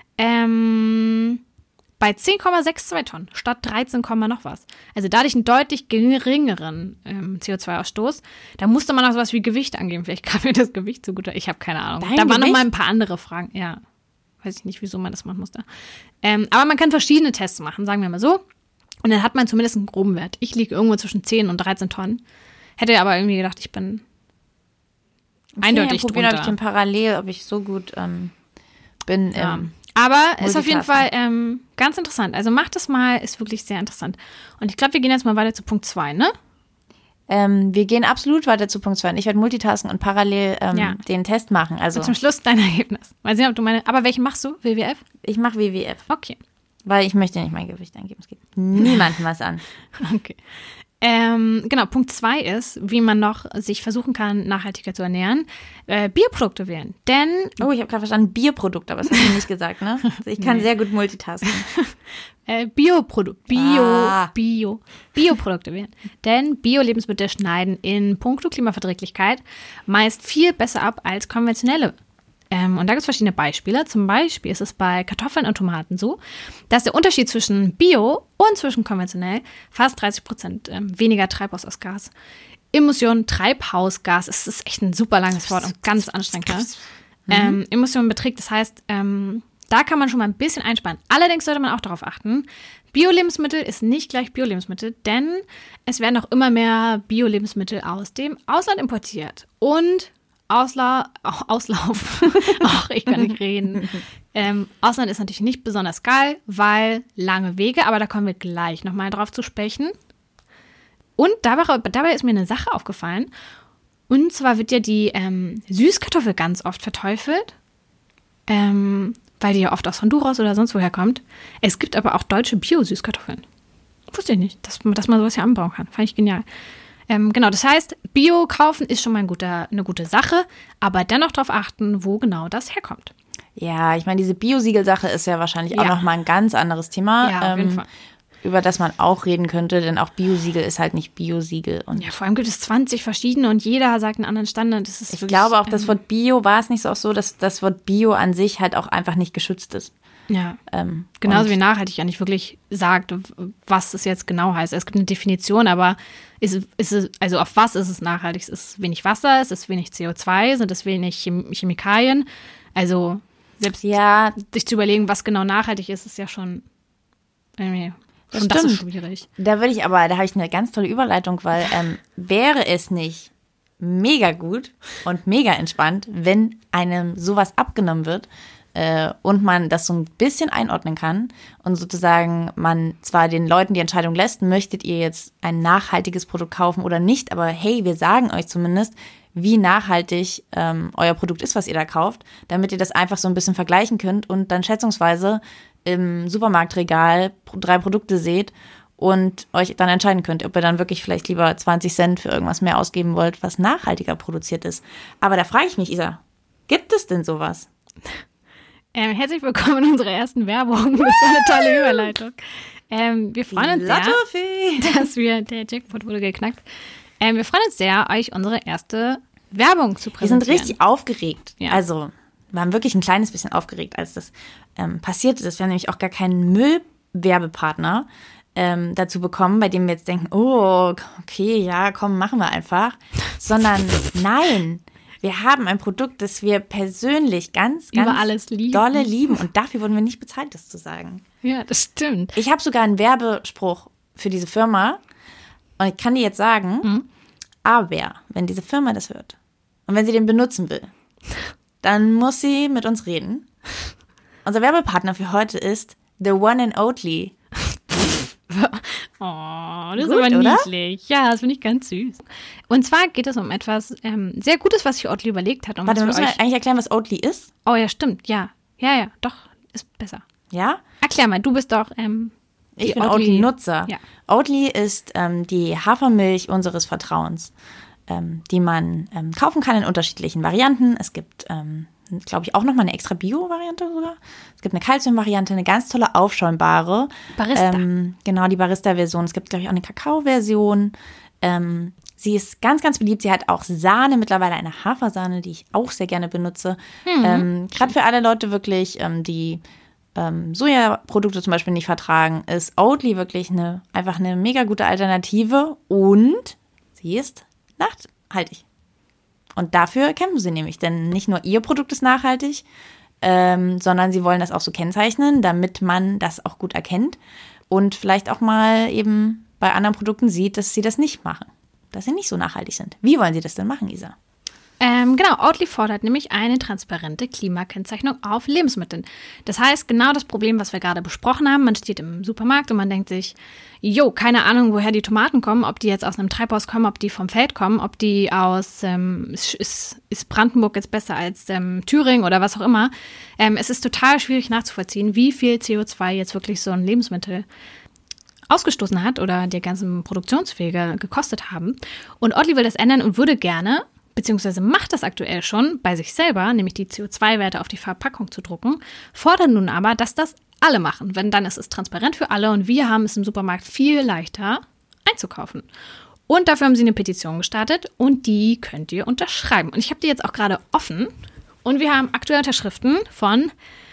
ähm, bei zehn Komma zweiundsechzig Tonnen statt dreizehn, noch was. Also dadurch einen deutlich geringeren ähm, C O zwei Ausstoß. Da musste man auch sowas wie Gewicht angeben. Vielleicht kam mir das Gewicht zugute. Ich habe keine Ahnung. Dein da waren noch Gewicht? mal ein paar andere Fragen. Ja, weiß ich nicht, wieso man das machen musste. Ähm, aber man kann verschiedene Tests machen, sagen wir mal so. Und dann hat man zumindest einen groben Wert. Ich liege irgendwo zwischen zehn und dreizehn Tonnen. Hätte aber irgendwie gedacht, ich bin eindeutig ja, probieren, ob drunter. ich den parallel, ob ich so gut ähm, bin. Ja. Ähm, Aber ist auf jeden Multitasking. Fall ähm, ganz interessant. Also macht das mal, ist wirklich sehr interessant. Und ich glaube, wir gehen jetzt mal weiter zu Punkt zwei, ne? ähm, wir gehen absolut weiter zu Punkt zwei. Ich werde multitasken und parallel ähm, Ja. den Test machen. Also Und zum Schluss dein Ergebnis. Mal sehen, ob du meine. Aber welchen machst du? W W F? ich mache W W F, Okay. weil ich möchte nicht mein Gewicht eingeben. Es geht niemandem was an. Okay. Ähm, genau, Punkt zwei ist, wie man noch sich versuchen kann, nachhaltiger zu ernähren. Äh, Bioprodukte wählen. Denn Oh, ich habe gerade verstanden, Bierprodukt, aber das hast du nicht gesagt, ne? Also ich kann Nee. sehr gut multitasken. Äh, Bioprodukt, Bio, Ah. Bio, Bioprodukte wählen. Denn Bio-Lebensmittel schneiden in puncto Klimaverträglichkeit meist viel besser ab als konventionelle. Ähm, und da gibt es verschiedene Beispiele. Zum Beispiel ist es bei Kartoffeln und Tomaten so, dass der Unterschied zwischen Bio und zwischen konventionell fast dreißig Prozent ähm, weniger Treibhausgas. Emission, Treibhausgas, es ist echt ein super langes Wort und ganz anstrengend. Ja? Ähm, Emission beträgt, das heißt, ähm, da kann man schon mal ein bisschen einsparen. Allerdings sollte man auch darauf achten, Bio-Lebensmittel ist nicht gleich Bio-Lebensmittel, denn es werden auch immer mehr Bio-Lebensmittel aus dem Ausland importiert. Und Ausla auch Auslauf, ach, ich kann nicht reden. Ähm, Ausland ist natürlich nicht besonders geil, weil lange Wege, aber da kommen wir gleich nochmal drauf zu sprechen. Und dabei, dabei ist mir eine Sache aufgefallen. Und zwar wird ja die ähm, Süßkartoffel ganz oft verteufelt, ähm, weil die ja oft aus Honduras oder sonst woher kommt. Es gibt aber auch deutsche Bio-Süßkartoffeln. Wusste ich nicht, dass, dass man sowas hier anbauen kann. Fand ich genial. Ähm, genau, das heißt, Bio kaufen ist schon mal ein guter, eine gute Sache, aber dennoch darauf achten, wo genau das herkommt. Ja, ich meine, diese Bio-Siegel-Sache ist ja wahrscheinlich auch Ja. nochmal ein ganz anderes Thema, Ja, auf jeden ähm, Fall. über das man auch reden könnte, denn auch Bio-Siegel ist halt nicht Bio-Siegel. Und Ja, vor allem gibt es zwanzig verschiedene und jeder sagt einen anderen Standard. Das ist ich wirklich, glaube auch, das ähm, Wort Bio war es nicht so auch so, dass das Wort Bio an sich halt auch einfach nicht geschützt ist. Ja, Ähm, genauso und wie nachhaltig ja nicht wirklich sagt, was es jetzt genau heißt. Es gibt eine Definition, aber ist, ist es, also auf was ist es nachhaltig? Es ist wenig Wasser, es ist wenig C O zwei, sind es wenig Chem- Chemikalien. Also selbst Ja, sich zu überlegen, was genau nachhaltig ist, ist ja schon irgendwie, Das schon das ist stimmt. schwierig. da würde ich aber, da habe ich eine ganz tolle Überleitung, weil ähm, wäre es nicht mega gut und mega entspannt, wenn einem sowas abgenommen wird äh, und man das so ein bisschen einordnen kann und sozusagen man zwar den Leuten die Entscheidung lässt, möchtet ihr jetzt ein nachhaltiges Produkt kaufen oder nicht, aber hey, wir sagen euch zumindest, wie nachhaltig ähm, euer Produkt ist, was ihr da kauft, damit ihr das einfach so ein bisschen vergleichen könnt und dann schätzungsweise im Supermarktregal drei Produkte seht und euch dann entscheiden könnt, ob ihr dann wirklich vielleicht lieber zwanzig Cent für irgendwas mehr ausgeben wollt, was nachhaltiger produziert ist. Aber da frage ich mich, Isa, gibt es denn sowas? Ähm, herzlich willkommen in unserer ersten Werbung. Das war eine tolle Überleitung. Ähm, wir freuen uns sehr, Lottofee. dass wir, der Jackpot wurde geknackt. Ähm, wir freuen uns sehr, euch unsere erste Werbung zu Wir präsentieren. sind richtig aufgeregt. Ja. Also, wir waren wirklich ein kleines bisschen aufgeregt, als das ähm, passiert ist. Wir haben nämlich auch gar keinen Müllwerbepartner ähm, dazu bekommen, bei dem wir jetzt denken, oh, okay, ja, komm, machen wir einfach. Sondern nein, wir haben ein Produkt, das wir persönlich ganz, ganz Über alles lieben. dolle lieben. Und dafür wurden wir nicht bezahlt, das zu sagen. Ja, das stimmt. Ich habe sogar einen Werbespruch für diese Firma und ich kann dir jetzt sagen, Mhm. aber wenn diese Firma das hört und wenn sie den benutzen will, dann muss sie mit uns reden. Unser Werbepartner für heute ist The One and Only. Oh, das Gut, ist aber oder? niedlich. Ja, das finde ich ganz süß. Und zwar geht es um etwas ähm, sehr Gutes, was sich Oatly überlegt hat. Um Warte, wir was müssen für euch eigentlich erklären, was Oatly ist. oh ja, stimmt. Ja, ja, ja, doch, ist besser. Ja? Erklär mal, du bist doch ähm, Ich die bin Oatly-Nutzer. Ja. Oatly ist ähm, die Hafermilch unseres Vertrauens, ähm, die man ähm, kaufen kann in unterschiedlichen Varianten. Es gibt ähm, glaube ich, auch nochmal eine extra Bio-Variante sogar. Es gibt eine Calcium-Variante, eine ganz tolle aufschäumbare. Barista. Ähm, genau, die Barista-Version. Es gibt, glaube ich, auch eine Kakao-Version. Ähm, sie ist ganz, ganz beliebt. Sie hat auch Sahne, mittlerweile eine Hafersahne, die ich auch sehr gerne benutze. Mhm. Ähm, Gerade für alle Leute wirklich, ähm, die ähm, Sojaprodukte zum Beispiel nicht vertragen, ist Oatly wirklich eine, einfach eine mega gute Alternative. Und sie ist nachhaltig. Und dafür kämpfen sie nämlich, denn nicht nur ihr Produkt ist nachhaltig, ähm, sondern sie wollen das auch so kennzeichnen, damit man das auch gut erkennt und vielleicht auch mal eben bei anderen Produkten sieht, dass sie das nicht machen, dass sie nicht so nachhaltig sind. Wie wollen sie das denn machen, Isa? Ähm, genau, Oatly fordert nämlich eine transparente Klimakennzeichnung auf Lebensmitteln. Das heißt, genau das Problem, was wir gerade besprochen haben, man steht im Supermarkt und man denkt sich, jo, keine Ahnung, woher die Tomaten kommen, ob die jetzt aus einem Treibhaus kommen, ob die vom Feld kommen, ob die aus, ähm, ist, ist Brandenburg jetzt besser als ähm, Thüringen oder was auch immer. Ähm, es ist total schwierig nachzuvollziehen, wie viel C O zwei jetzt wirklich so ein Lebensmittel ausgestoßen hat oder die ganzen Produktionswege gekostet haben. Und Oatly will das ändern und würde gerne, beziehungsweise macht das aktuell schon bei sich selber, nämlich die C O zwei Werte auf die Verpackung zu drucken, fordern nun aber, dass das alle machen, wenn dann ist es transparent für alle und wir haben es im Supermarkt viel leichter einzukaufen. Und dafür haben sie eine Petition gestartet und die könnt ihr unterschreiben. Und ich habe die jetzt auch gerade offen und wir haben aktuelle Unterschriften von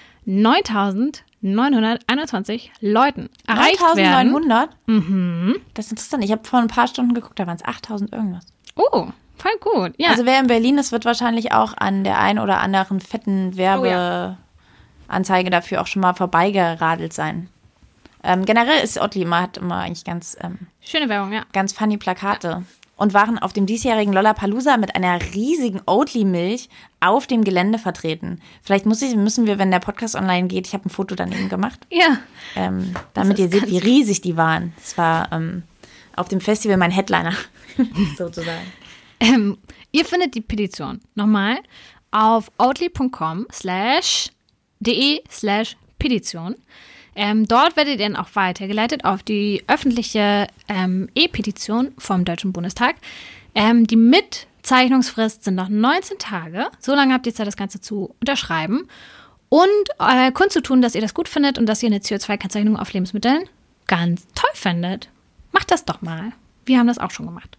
neuntausendneunhunderteinundzwanzig Leuten erreicht werden. neuntausendneunhundert? Mhm. Das ist interessant. Ich habe vor ein paar Stunden geguckt, da waren es achttausend irgendwas. Oh, voll gut. Ja. Also wer in Berlin ist, wird wahrscheinlich auch an der ein oder anderen fetten Werbeanzeige oh, ja. dafür auch schon mal vorbeigeradelt sein. Ähm, generell ist Oatly immer, hat immer eigentlich ganz ähm, schöne Werbung, ja. Ganz funny Plakate. Ja. Und waren auf dem diesjährigen Lollapalooza mit einer riesigen Oatly-Milch auf dem Gelände vertreten. Vielleicht muss ich, müssen wir, wenn der Podcast online geht, ich habe ein Foto daneben gemacht. Ja. Ähm, damit ihr seht, wie riesig die waren. Es war ähm, auf dem Festival mein Headliner, sozusagen. Ähm, ihr findet die Petition nochmal auf oatly.com slash de slash Petition. Ähm, dort werdet ihr dann auch weitergeleitet auf die öffentliche ähm, E-Petition vom Deutschen Bundestag. Ähm, die Mitzeichnungsfrist sind noch neunzehn Tage. So lange habt ihr Zeit, das Ganze zu unterschreiben und äh, kundzutun, dass ihr das gut findet und dass ihr eine C O zwei Kennzeichnung auf Lebensmitteln ganz toll findet. Macht das doch mal. Wir haben das auch schon gemacht.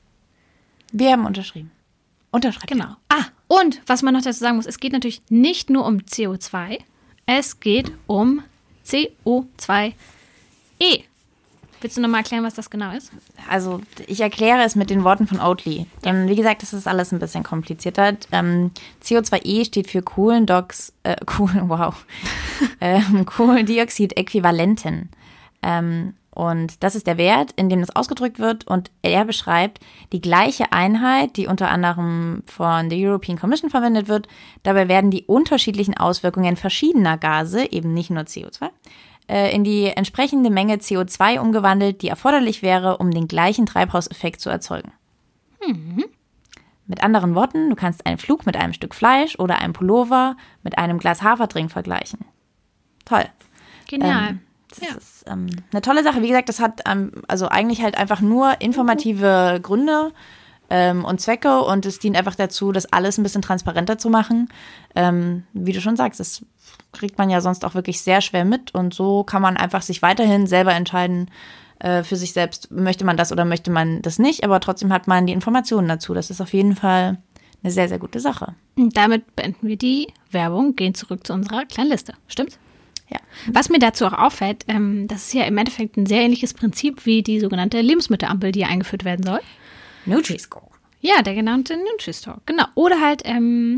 Wir haben unterschrieben. Unterschreibt. Genau. Ah, und was man noch dazu sagen muss, es geht natürlich nicht nur um C O zwei, es geht um C O zwei E. Willst du nochmal erklären, was das genau ist? Also ich erkläre es mit den Worten von Oatly. Denn wie gesagt, das ist alles ein bisschen komplizierter. Ähm, C O zwei E steht für Kohlendox, äh, Kohlen, wow, ähm, Kohlendioxid-Äquivalenten. Ähm, und das ist der Wert, in dem das ausgedrückt wird. Und er beschreibt die gleiche Einheit, die unter anderem von der European Commission verwendet wird. Dabei werden die unterschiedlichen Auswirkungen verschiedener Gase, eben nicht nur C O zwei, äh, in die entsprechende Menge C O zwei umgewandelt, die erforderlich wäre, um den gleichen Treibhauseffekt zu erzeugen. Mhm. Mit anderen Worten, du kannst einen Flug mit einem Stück Fleisch oder einem Pullover mit einem Glas Haferdrink vergleichen. Toll. Genial. Ähm, Das ja. ist ähm, eine tolle Sache. Wie gesagt, das hat ähm, also eigentlich halt einfach nur informative Gründe ähm, und Zwecke und es dient einfach dazu, das alles ein bisschen transparenter zu machen. Ähm, wie du schon sagst, das kriegt man ja sonst auch wirklich sehr schwer mit und so kann man einfach sich weiterhin selber entscheiden äh, für sich selbst, möchte man das oder möchte man das nicht, aber trotzdem hat man die Informationen dazu. Das ist auf jeden Fall eine sehr, sehr gute Sache. Und damit beenden wir die Werbung, gehen zurück zu unserer kleinen Liste. Stimmt's? Ja. Was mir dazu auch auffällt, ähm, das ist ja im Endeffekt ein sehr ähnliches Prinzip wie die sogenannte Lebensmittelampel, die eingeführt werden soll. Nutri-Score. Ja, der genannte Nutri-Score, genau. Oder halt ähm,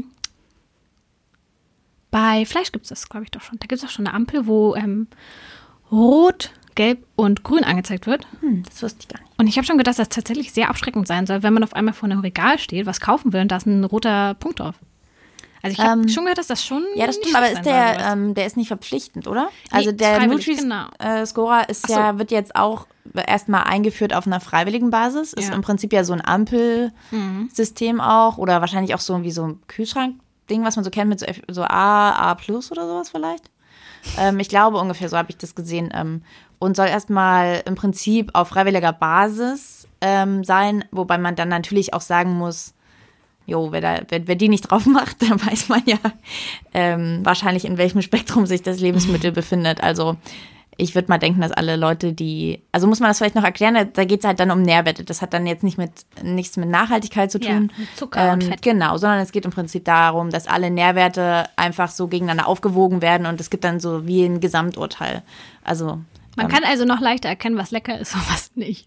bei Fleisch gibt es das, glaube ich, doch schon. Da gibt es auch schon eine Ampel, wo ähm, rot, gelb und grün angezeigt wird. Hm, das wusste ich gar nicht. Und ich habe schon gedacht, dass das tatsächlich sehr abschreckend sein soll, wenn man auf einmal vor einem Regal steht, was kaufen will und da ist ein roter Punkt drauf. Also ich habe ähm, schon gehört, dass das schon. Ja, das stimmt, aber ist der, ähm, der ist nicht verpflichtend, oder? Also nee, der Nutri-Score genau. ist ja, so. wird jetzt auch erstmal eingeführt auf einer freiwilligen Basis. Ist ja. im Prinzip ja so ein Ampelsystem mhm. auch oder wahrscheinlich auch so wie so ein Kühlschrank-Ding, was man so kennt mit so, so A, A plus oder sowas vielleicht. ähm, ich glaube ungefähr, so habe ich das gesehen. Ähm, und soll erstmal im Prinzip auf freiwilliger Basis ähm, sein, wobei man dann natürlich auch sagen muss, jo, wer, da, wer, wer die nicht drauf macht, dann weiß man ja ähm, wahrscheinlich, in welchem Spektrum sich das Lebensmittel befindet. Also ich würde mal denken, dass alle Leute, die, also muss man das vielleicht noch erklären, da geht es halt dann um Nährwerte. Das hat dann jetzt nicht mit nichts mit Nachhaltigkeit zu tun. Ja, mit Zucker und ähm, Fett. Genau, sondern es geht im Prinzip darum, dass alle Nährwerte einfach so gegeneinander aufgewogen werden und es gibt dann so wie ein Gesamturteil. Also Man kann also noch leichter erkennen, was lecker ist und was nicht.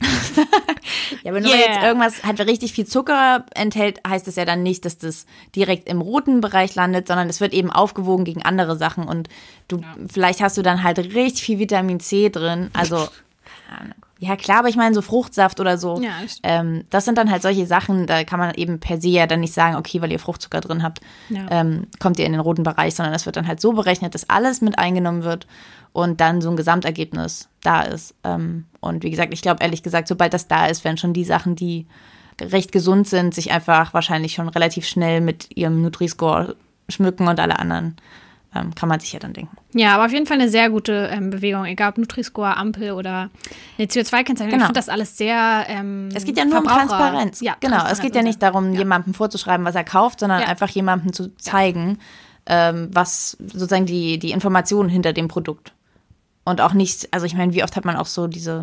Ja, aber nur Yeah. weil jetzt irgendwas halt richtig viel Zucker enthält, heißt es ja dann nicht, dass das direkt im roten Bereich landet, sondern es wird eben aufgewogen gegen andere Sachen und du, ja. vielleicht hast du dann halt richtig viel Vitamin C drin, also, keine Ahnung. Ja, klar, aber ich meine so Fruchtsaft oder so, Ja, das ähm, das sind dann halt solche Sachen, da kann man eben per se ja dann nicht sagen, okay, weil ihr Fruchtzucker drin habt, Ja. ähm, kommt ihr in den roten Bereich, sondern das wird dann halt so berechnet, dass alles mit eingenommen wird und dann so ein Gesamtergebnis da ist. Ähm, und wie gesagt, ich glaube ehrlich gesagt, sobald das da ist, werden schon die Sachen, die recht gesund sind, sich einfach wahrscheinlich schon relativ schnell mit ihrem Nutri-Score schmücken und alle anderen ähm, kann man sich ja dann denken. Ja, aber auf jeden Fall eine sehr gute ähm, Bewegung, egal ob Nutri-Score, Ampel oder eine C O zwei Kennzeichnung. Genau. Ich finde das alles sehr ähm, Es geht ja nur um Verbraucher- Transparenz. Ja, genau, es transparent geht ja und nicht so. darum, Ja. jemandem vorzuschreiben, was er kauft, sondern Ja. einfach jemandem zu zeigen, ähm, was sozusagen die, die Informationen hinter dem Produkt. Und auch nicht, also ich meine, wie oft hat man auch so diese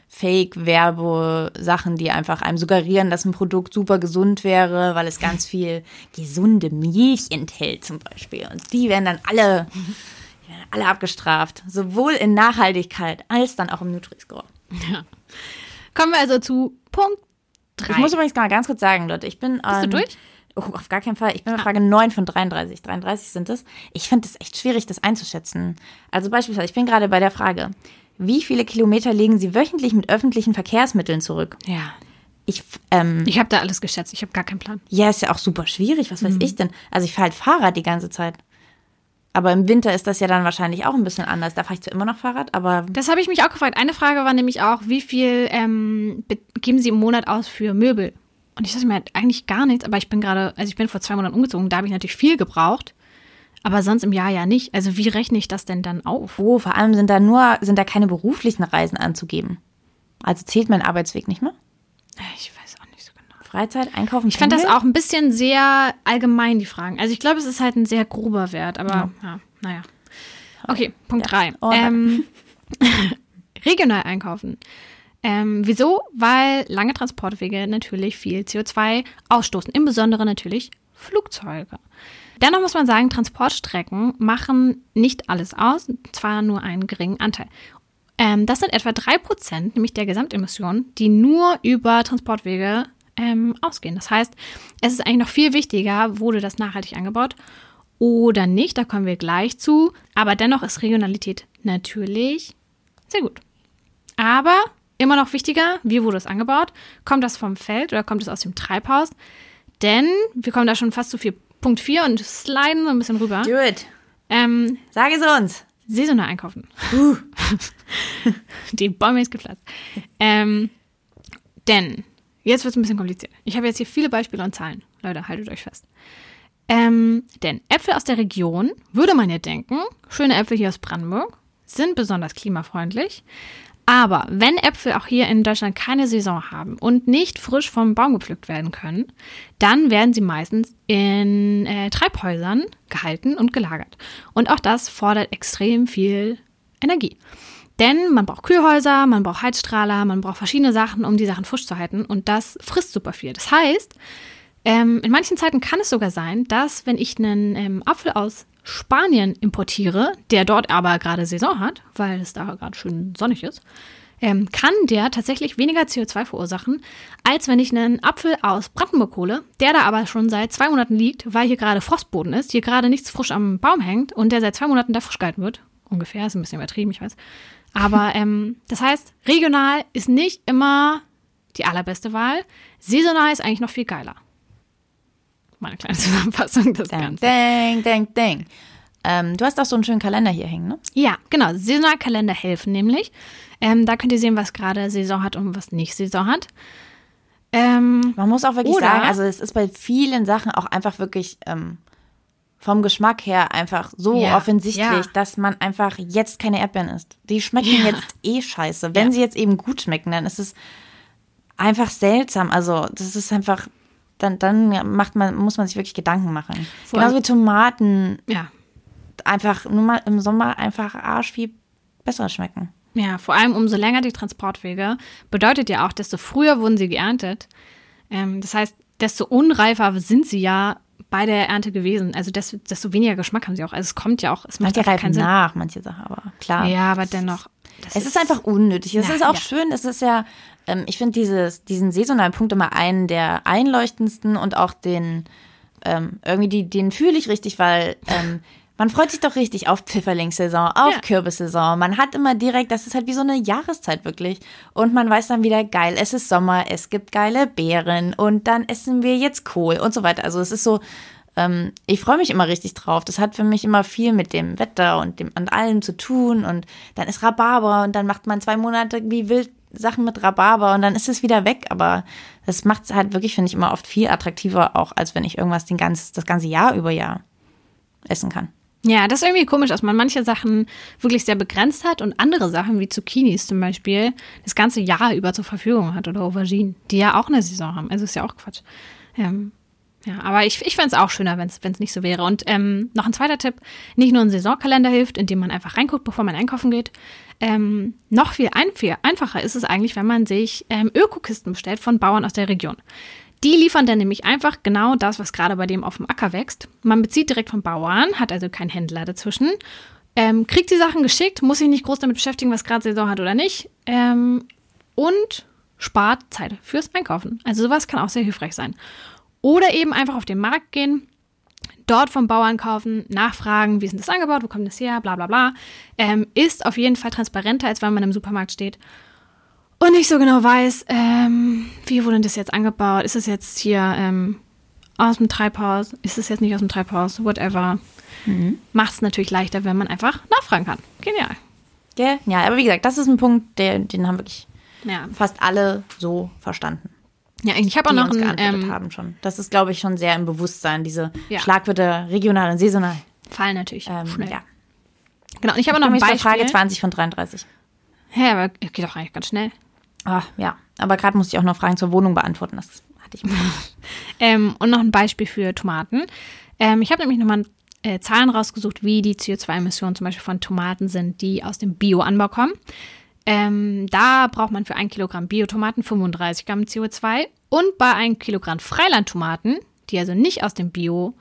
Fake-Werbe-Sachen, die einfach einem suggerieren, dass ein Produkt super gesund wäre, weil es ganz viel gesunde Milch enthält zum Beispiel. Und die werden dann alle, die werden alle abgestraft. Sowohl in Nachhaltigkeit als dann auch im Nutri-Score. Ja. Kommen wir also zu Punkt drei. Ich muss übrigens mal ganz kurz sagen, Leute, ich bin. Bist du ähm, durch? Oh, auf gar keinen Fall. Ich bin bei Frage neun von dreiunddreißig. dreiunddreißig sind es. Ich finde es echt schwierig, das einzuschätzen. Also beispielsweise, ich bin gerade bei der Frage, wie viele Kilometer legen Sie wöchentlich mit öffentlichen Verkehrsmitteln zurück? Ja. Ich, ähm, Ich habe da alles geschätzt. Ich habe gar keinen Plan. ja, ist ja auch super schwierig. Was weiß ich denn? Also ich fahre halt Fahrrad die ganze Zeit. Aber im Winter ist das ja dann wahrscheinlich auch ein bisschen anders. Da fahre ich zwar immer noch Fahrrad, aber Das habe ich mich auch gefragt. Eine Frage war nämlich auch, wie viel ähm, be- geben Sie im Monat aus für Möbel? Und ich dachte mir halt eigentlich gar nichts, aber ich bin gerade, also ich bin vor zwei Monaten umgezogen, da habe ich natürlich viel gebraucht, aber sonst im Jahr ja nicht. Also wie rechne ich das denn dann auf? wo, vor allem sind da nur, sind da keine beruflichen Reisen anzugeben. Also zählt mein Arbeitsweg nicht mehr? Ich weiß auch nicht so genau. Freizeit, Einkaufen, Ich fand das Pendeln? auch ein bisschen sehr allgemein, die Fragen. Also ich glaube, es ist halt ein sehr grober Wert, aber ja, ja naja. Okay, Punkt drei. Oh, ähm, regional einkaufen. Ähm, wieso? Weil lange Transportwege natürlich viel C O zwei ausstoßen, im Besonderen natürlich Flugzeuge. Dennoch muss man sagen, Transportstrecken machen nicht alles aus, zwar nur einen geringen Anteil. Ähm, das sind etwa drei Prozent, nämlich der Gesamtemissionen, die nur über Transportwege ähm, ausgehen. Das heißt, es ist eigentlich noch viel wichtiger, wurde das nachhaltig angebaut oder nicht, da kommen wir gleich zu. Aber dennoch ist Regionalität natürlich sehr gut. Aber immer noch wichtiger, wie wurde es angebaut? Kommt das vom Feld oder kommt es aus dem Treibhaus? Denn wir kommen da schon fast zu viel Punkt vier und sliden so ein bisschen rüber. Do it. Ähm, Sag es uns. saisonal einkaufen. Uh. Die Bäume ist geplatzt. Ähm, denn, jetzt wird es ein bisschen kompliziert. Ich habe jetzt hier viele Beispiele und Zahlen. Leute, haltet euch fest. Ähm, denn Äpfel aus der Region, würde man ja denken, schöne Äpfel hier aus Brandenburg, sind besonders klimafreundlich. Aber wenn Äpfel auch hier in Deutschland keine Saison haben und nicht frisch vom Baum gepflückt werden können, dann werden sie meistens in äh, Treibhäusern gehalten und gelagert. Und auch das fordert extrem viel Energie. Denn man braucht Kühlhäuser, man braucht Heizstrahler, man braucht verschiedene Sachen, um die Sachen frisch zu halten. Und das frisst super viel. Das heißt, ähm, in manchen Zeiten kann es sogar sein, dass wenn ich einen ähm, Apfel aus Spanien importiere, der dort aber gerade Saison hat, weil es da gerade schön sonnig ist, ähm, kann der tatsächlich weniger C O zwei verursachen, als wenn ich einen Apfel aus Brandenburg hole, der da aber schon seit zwei Monaten liegt, weil hier gerade Frostboden ist, hier gerade nichts frisch am Baum hängt und der seit zwei Monaten da frisch gehalten wird. Ungefähr, ist ein bisschen übertrieben, ich weiß. Aber ähm, das heißt, regional ist nicht immer die allerbeste Wahl. Saisonal ist eigentlich noch viel geiler. Meine kleine Zusammenfassung des Dang, Ganzen. dang, dang, dang. Ähm, du hast auch so einen schönen Kalender hier hängen, ne? Ja, genau. Saisonalkalender helfen nämlich. Ähm, da könnt ihr sehen, was gerade Saison hat und was nicht Saison hat. Ähm, Man muss auch wirklich Oder- sagen, also es ist bei vielen Sachen auch einfach wirklich ähm, vom Geschmack her einfach so Ja, offensichtlich, ja. dass man einfach jetzt keine Erdbeeren isst. Die schmecken Ja. jetzt eh scheiße. Wenn Ja. sie jetzt eben gut schmecken, dann ist es einfach seltsam. Also das ist einfach, dann, dann macht man, muss man sich wirklich Gedanken machen. Vor Genauso wie Tomaten Ja. einfach nur mal im Sommer einfach arsch viel besser schmecken. Ja, vor allem umso länger die Transportwege, bedeutet ja auch, desto früher wurden sie geerntet. Ähm, das heißt, desto unreifer sind sie ja bei der Ernte gewesen. Also desto, desto weniger Geschmack haben sie auch. Also es kommt ja auch, es macht Manche einfach reifen keinen Sinn. nach, manche Sachen, aber klar. Ja, aber dennoch. das Es ist einfach unnötig. Es Ja, ist auch ja. schön, es ist ja, ähm, ich finde dieses, diesen saisonalen Punkt immer einen der einleuchtendsten und auch den, ähm, irgendwie die, den fühle ich richtig, weil ähm, man freut sich doch richtig auf Pfifferlingssaison, auf Ja. Kürbissaison. Man hat immer direkt, das ist halt wie so eine Jahreszeit wirklich. Und man weiß dann wieder, geil, es ist Sommer, es gibt geile Beeren und dann essen wir jetzt Kohl und so weiter. Also es ist so, ähm, ich freue mich immer richtig drauf. Das hat für mich immer viel mit dem Wetter und dem und allem zu tun. Und dann ist Rhabarber und dann macht man zwei Monate wie wild Sachen mit Rhabarber und dann ist es wieder weg. Aber das macht es halt wirklich, finde ich, immer oft viel attraktiver, auch als wenn ich irgendwas den ganz, das ganze Jahr über Jahr essen kann. Ja, das ist irgendwie komisch, dass man manche Sachen wirklich sehr begrenzt hat und andere Sachen wie Zucchinis zum Beispiel das ganze Jahr über zur Verfügung hat oder Auberginen, die ja auch eine Saison haben. Also ist ja auch Quatsch. Ähm, ja, aber ich, ich fände es auch schöner, wenn es nicht so wäre. Und ähm, noch ein zweiter Tipp, nicht nur ein Saisonkalender hilft, indem man einfach reinguckt, bevor man einkaufen geht. Ähm, noch viel, ein, viel einfacher ist es eigentlich, wenn man sich ähm, Ökokisten bestellt von Bauern aus der Region. Die liefern dann nämlich einfach genau das, was gerade bei dem auf dem Acker wächst. Man bezieht direkt vom Bauern, hat also keinen Händler dazwischen, ähm, kriegt die Sachen geschickt, muss sich nicht groß damit beschäftigen, was gerade Saison hat oder nicht, ähm, und spart Zeit fürs Einkaufen. Also sowas kann auch sehr hilfreich sein. Oder eben einfach auf den Markt gehen, dort vom Bauern kaufen, nachfragen, wie ist denn das angebaut, wo kommt das her, bla bla bla. Ähm, ist auf jeden Fall transparenter, als wenn man im Supermarkt steht und nicht so genau weiß, ähm, wie wurde das jetzt angebaut? Ist es jetzt hier ähm, aus dem Treibhaus? Ist es jetzt nicht aus dem Treibhaus? Whatever. Mhm. Macht es natürlich leichter, wenn man einfach nachfragen kann. Genial. Gell? Ja, aber wie gesagt, das ist ein Punkt, der, den haben wirklich Ja, fast alle so verstanden. ja ich habe auch Die noch uns ein geantwortet ähm, haben schon. Das ist, glaube ich, schon sehr im Bewusstsein, diese Ja. Schlagwörter regional und saisonal. Fall natürlich. Ähm, schnell. ja. Genau, und ich habe auch noch ein Übrigens bei Beispiel. Frage zwanzig von dreiunddreißig. Hä, aber geht doch eigentlich ganz schnell. Ah, ja, aber gerade musste ich auch noch Fragen zur Wohnung beantworten. Das hatte ich. Ähm, und noch ein Beispiel für Tomaten. Ähm, ich habe nämlich nochmal äh, Zahlen rausgesucht, wie die C O zwei Emissionen zum Beispiel von Tomaten sind, die aus dem Bioanbau kommen. Ähm, da braucht man für ein Kilogramm Biotomaten fünfunddreißig Gramm C O zwei und bei ein Kilogramm Freilandtomaten, die also nicht aus dem Bio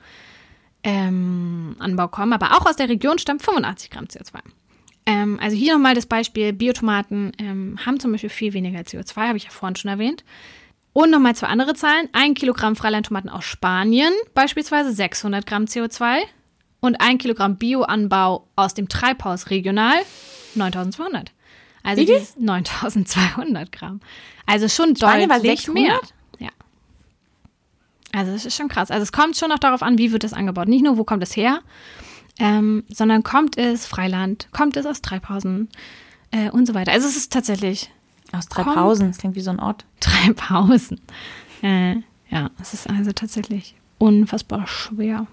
ähm, Anbau kommen, aber auch aus der Region stammen, fünfundachtzig Gramm C O zwei. Ähm, also hier nochmal das Beispiel, Biotomaten ähm, haben zum Beispiel viel weniger C O zwei, habe ich ja vorhin schon erwähnt. Und nochmal zwei andere Zahlen. Ein Kilogramm Freilandtomaten aus Spanien, beispielsweise sechshundert Gramm C O zwei. Und ein Kilogramm Bioanbau aus dem Treibhaus regional, neuntausendzweihundert. Also Wie viel? dieses neuntausendzweihundert Gramm. Also schon Spanien war deutlich mehr. sechshundert? Ja. Also das ist schon krass. Also es kommt schon noch darauf an, wie wird das angebaut. Nicht nur, wo kommt es her, ähm, sondern kommt es Freiland, kommt es aus Treibhausen äh, und so weiter. Also es ist tatsächlich Aus Treibhausen, das klingt wie so ein Ort. Treibhausen. Äh, ja, es ist also tatsächlich unfassbar schwer.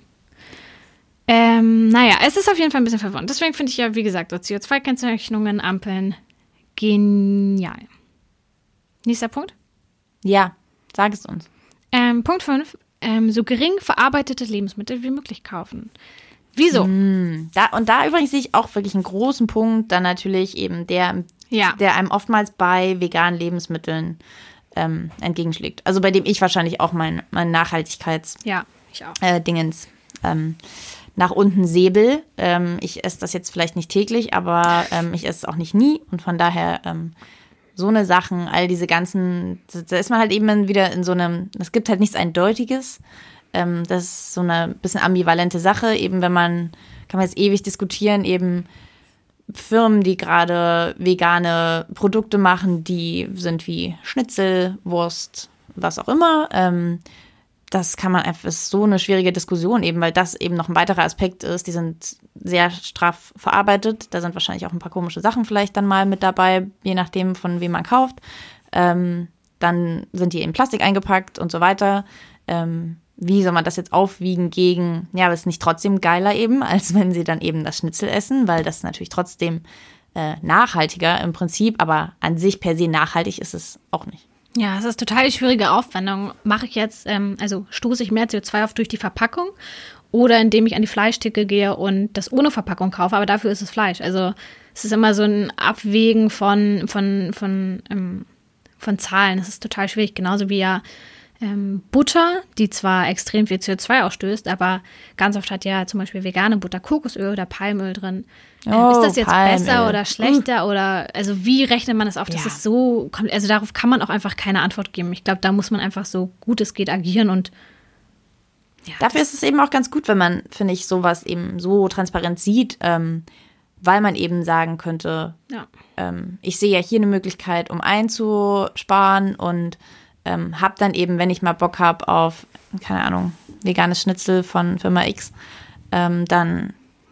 Ähm, naja, es ist auf jeden Fall ein bisschen verwirrend. Deswegen finde ich ja, wie gesagt, so C O zwei Kennzeichnungen, Ampeln, genial. Nächster Punkt. Ja, sag es uns. Ähm, Punkt fünf. Ähm, so gering verarbeitete Lebensmittel wie möglich kaufen. Wieso? Da, und da übrigens sehe ich auch wirklich einen großen Punkt, dann natürlich eben der, Ja. der einem oftmals bei veganen Lebensmitteln ähm, entgegenschlägt. Also bei dem ich wahrscheinlich auch mein, mein Nachhaltigkeits- Ja, ich auch. äh, Dingens ähm, nach unten säbel. Ähm, ich esse das jetzt vielleicht nicht täglich, aber ähm, ich esse es auch nicht nie. Und von daher ähm, so eine Sachen, all diese ganzen, da ist man halt eben wieder in so einem, es gibt halt nichts Eindeutiges. Ähm, das ist so eine bisschen ambivalente Sache. Eben wenn man, kann man jetzt ewig diskutieren, eben Firmen, die gerade vegane Produkte machen, die sind wie Schnitzel, Wurst, was auch immer. Ähm, das kann man einfach, ist so eine schwierige Diskussion eben, weil das eben noch ein weiterer Aspekt ist. Die sind sehr straff verarbeitet. Da sind wahrscheinlich auch ein paar komische Sachen vielleicht dann mal mit dabei, je nachdem, von wem man kauft. Ähm, dann sind die in Plastik eingepackt und so weiter. Ähm, wie soll man das jetzt aufwiegen gegen, ja, aber es ist nicht trotzdem geiler eben, als wenn sie dann eben das Schnitzel essen, weil das natürlich trotzdem äh, nachhaltiger im Prinzip, aber an sich per se nachhaltig ist es auch nicht. Ja, es ist total die schwierige Aufwendung. Mache ich jetzt, ähm, also stoße ich mehr C O zwei auf durch die Verpackung oder indem ich an die Fleischtheke gehe und das ohne Verpackung kaufe, aber dafür ist es Fleisch. Also es ist immer so ein Abwägen von, von, von, ähm, von Zahlen. Es ist total schwierig, genauso wie ja ähm, Butter, die zwar extrem viel C O zwei ausstößt, aber ganz oft hat ja zum Beispiel vegane Butter Kokosöl oder Palmöl drin. Ähm, Oh, ist das jetzt Palmöl. besser oder schlechter oder also wie rechnet man das auf? Das Ja. ist so, also darauf kann man auch einfach keine Antwort geben. Ich glaube, da muss man einfach so gut es geht agieren und ja, Dafür ist es eben auch ganz gut, wenn man, finde ich, sowas eben so transparent sieht, ähm, weil man eben sagen könnte, ja. ähm, ich sehe ja hier eine Möglichkeit, um einzusparen und ähm, habe dann eben, wenn ich mal Bock habe auf, keine Ahnung, veganes Schnitzel von Firma X, ähm, dann,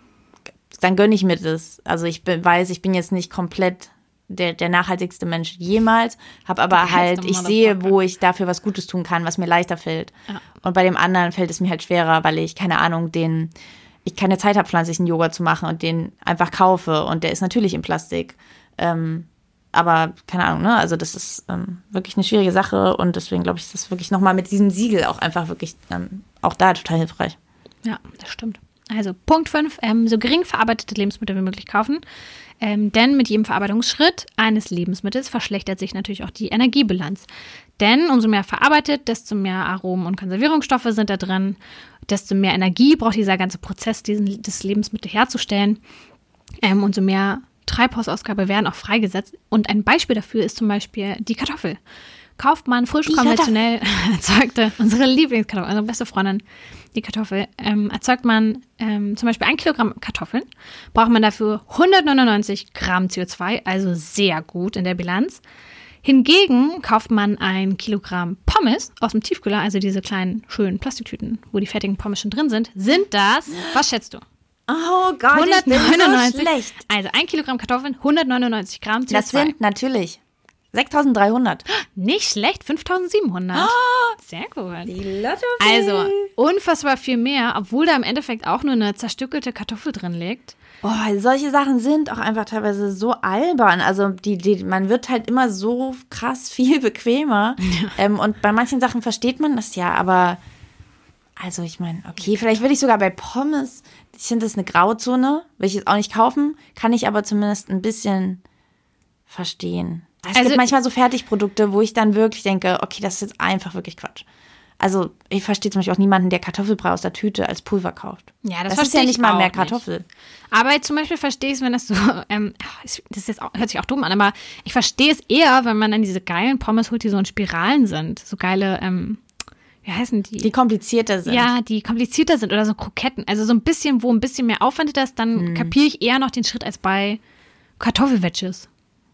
dann gönne ich mir das. Also ich bin, weiß, ich bin jetzt nicht komplett der, der nachhaltigste Mensch jemals, habe aber Du halt, bist ich ein sehe, Motherfucker. wo ich dafür was Gutes tun kann, was mir leichter fällt. Ja. Und bei dem anderen fällt es mir halt schwerer, weil ich, keine Ahnung, den, ich keine Zeit habe, pflanzlichen Yoghurt zu machen und den einfach kaufe und der ist natürlich in Plastik. Ähm, aber keine Ahnung, ne? Also das ist ähm, wirklich eine schwierige Sache und deswegen glaube ich, ist das wirklich nochmal mit diesem Siegel auch einfach wirklich ähm, auch da total hilfreich. Ja, das stimmt. Also Punkt fünf, ähm, so gering verarbeitete Lebensmittel wie möglich kaufen. Ähm, denn mit jedem Verarbeitungsschritt eines Lebensmittels verschlechtert sich natürlich auch die Energiebilanz. Denn umso mehr verarbeitet, desto mehr Aromen und Konservierungsstoffe sind da drin, desto mehr Energie braucht dieser ganze Prozess, diesen, das Lebensmittel herzustellen. Ähm, umso mehr Treibhausausgabe werden auch freigesetzt. Und ein Beispiel dafür ist zum Beispiel die Kartoffel. Kauft man frisch Die konventionell erzeugte, unsere Lieblingskartoffel, unsere beste Freundin, die Kartoffel, ähm, erzeugt man ähm, zum Beispiel ein Kilogramm Kartoffeln, braucht man dafür hundertneunundneunzig Gramm C O zwei, also sehr gut in der Bilanz. Hingegen kauft man ein Kilogramm Pommes aus dem Tiefkühler, also diese kleinen schönen Plastiktüten, wo die fertigen Pommes schon drin sind, sind das, was schätzt du? Oh Gott, hundertneunundneunzig. so schlecht. Also ein Kilogramm Kartoffeln, hundertneunundneunzig Gramm C O zwei. Das sind natürlich sechstausenddreihundert. Nicht schlecht, fünftausendsiebenhundert. Oh, Sehr gut. die Lotto. Also unfassbar viel mehr, obwohl da im Endeffekt auch nur eine zerstückelte Kartoffel drin liegt. Oh, solche Sachen sind auch einfach teilweise so albern. Also die, die, man wird halt immer so krass viel bequemer. Ja. Ähm, und bei manchen Sachen versteht man das ja, aber also ich meine, okay, vielleicht würde ich sogar bei Pommes, ich finde das eine Grauzone, will ich jetzt auch nicht kaufen, kann ich aber zumindest ein bisschen verstehen. Es Also, gibt manchmal so Fertigprodukte, wo ich dann wirklich denke, okay, das ist jetzt einfach wirklich Quatsch. Also ich verstehe zum Beispiel auch niemanden, der Kartoffelbrei aus der Tüte als Pulver kauft. Ja, das, das ist verstehe ja nicht ich mal auch mehr nicht. Kartoffel. Aber zum Beispiel verstehe ich es, wenn das so, ähm, das ist jetzt auch, hört sich auch dumm an, aber ich verstehe es eher, wenn man dann diese geilen Pommes holt, die so in Spiralen sind. So geile, ähm, wie heißen die? Die komplizierter sind. Ja, die komplizierter sind oder so Kroketten. Also so ein bisschen, wo ein bisschen mehr Aufwand ist, dann Hm. kapiere ich eher noch den Schritt als bei Kartoffelwedges.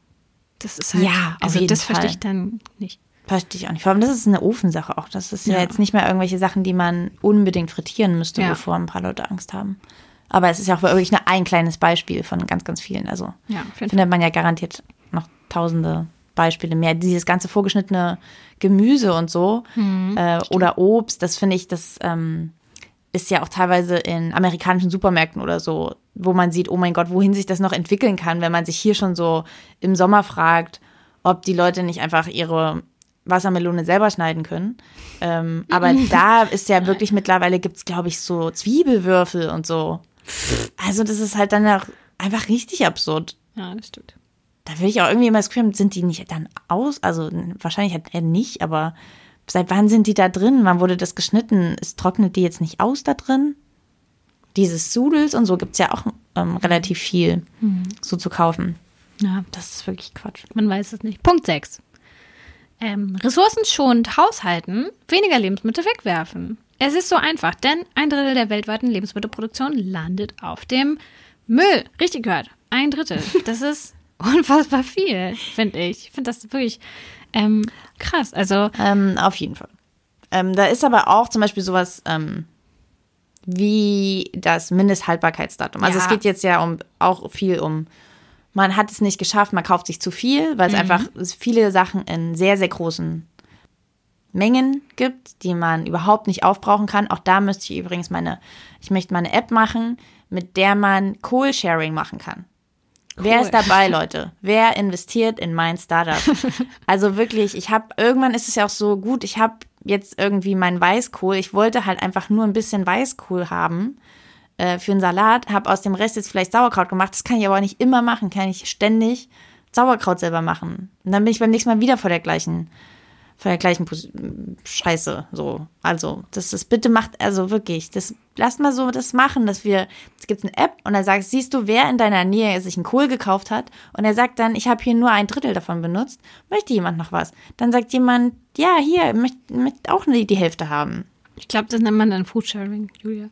Das ist halt, Ja, auf also jeden das verstehe Fall. ich dann nicht. Verstehe ich auch nicht. Vor allem, das ist eine Ofensache auch. Das ist ja, Ja. jetzt nicht mehr irgendwelche Sachen, die man unbedingt frittieren müsste, Ja. bevor ein paar Leute Angst haben. Aber es ist ja auch wirklich nur ein kleines Beispiel von ganz, ganz vielen. Also Ja, auf jeden findet man ja garantiert noch tausende Beispiele mehr. Dieses ganze vorgeschnittene Gemüse und so Mhm, äh, oder Obst, das finde ich, das ähm, ist ja auch teilweise in amerikanischen Supermärkten oder so, wo man sieht, oh mein Gott, wohin sich das noch entwickeln kann, wenn man sich hier schon so im Sommer fragt, ob die Leute nicht einfach ihre Wassermelone selber schneiden können. Ähm, aber da ist ja wirklich mittlerweile gibt es, glaube ich, so Zwiebelwürfel und so. Also das ist halt dann auch einfach richtig absurd. Ja, das stimmt. Da will ich auch irgendwie immer das Gefühl haben, sind die nicht dann aus? Also wahrscheinlich halt eher nicht, aber seit wann sind die da drin? Wann wurde das geschnitten? Es trocknet die jetzt nicht aus da drin? Dieses Sudels und so gibt es ja auch ähm, relativ viel Mhm. so zu kaufen. Ja, Das ist wirklich Quatsch. man weiß es nicht. Punkt sechs. Ähm, ressourcenschonend haushalten, weniger Lebensmittel wegwerfen. Es ist so einfach, denn ein Drittel der weltweiten Lebensmittelproduktion landet auf dem Müll. Richtig gehört. Ein Drittel. Das ist unfassbar viel, finde ich. Ich finde das wirklich ähm, krass. Also, Ähm, auf jeden Fall. Ähm, da ist aber auch zum Beispiel sowas ähm, wie das Mindesthaltbarkeitsdatum. Also Ja. es geht jetzt ja um auch viel um, man hat es nicht geschafft, man kauft sich zu viel, weil es einfach viele Sachen in sehr, sehr großen Mengen gibt, die man überhaupt nicht aufbrauchen kann. Auch da müsste ich übrigens meine, ich möchte mal eine App machen, mit der man Coal-Sharing machen kann. Wer ist dabei, Leute? Wer investiert in mein Startup? Also wirklich, ich habe, irgendwann ist es ja auch so gut, ich habe jetzt irgendwie meinen Weißkohl. Ich wollte halt einfach nur ein bisschen Weißkohl haben äh, für einen Salat, habe aus dem Rest jetzt vielleicht Sauerkraut gemacht. Das kann ich aber auch nicht immer machen, kann ich ständig Sauerkraut selber machen. Und dann bin ich beim nächsten Mal wieder vor der gleichen von der gleichen Pos- Scheiße, so. Also, das ist, bitte macht, also wirklich, das, lasst mal so das machen, dass wir, es gibt eine App und da sagst, siehst du, wer in deiner Nähe sich einen Kohl gekauft hat und er sagt dann, ich habe hier nur ein Drittel davon benutzt, möchte jemand noch was? Dann sagt jemand, ja, hier, möchte möcht auch die, die Hälfte haben. Ich glaube, das nennt man dann Foodsharing, Julia.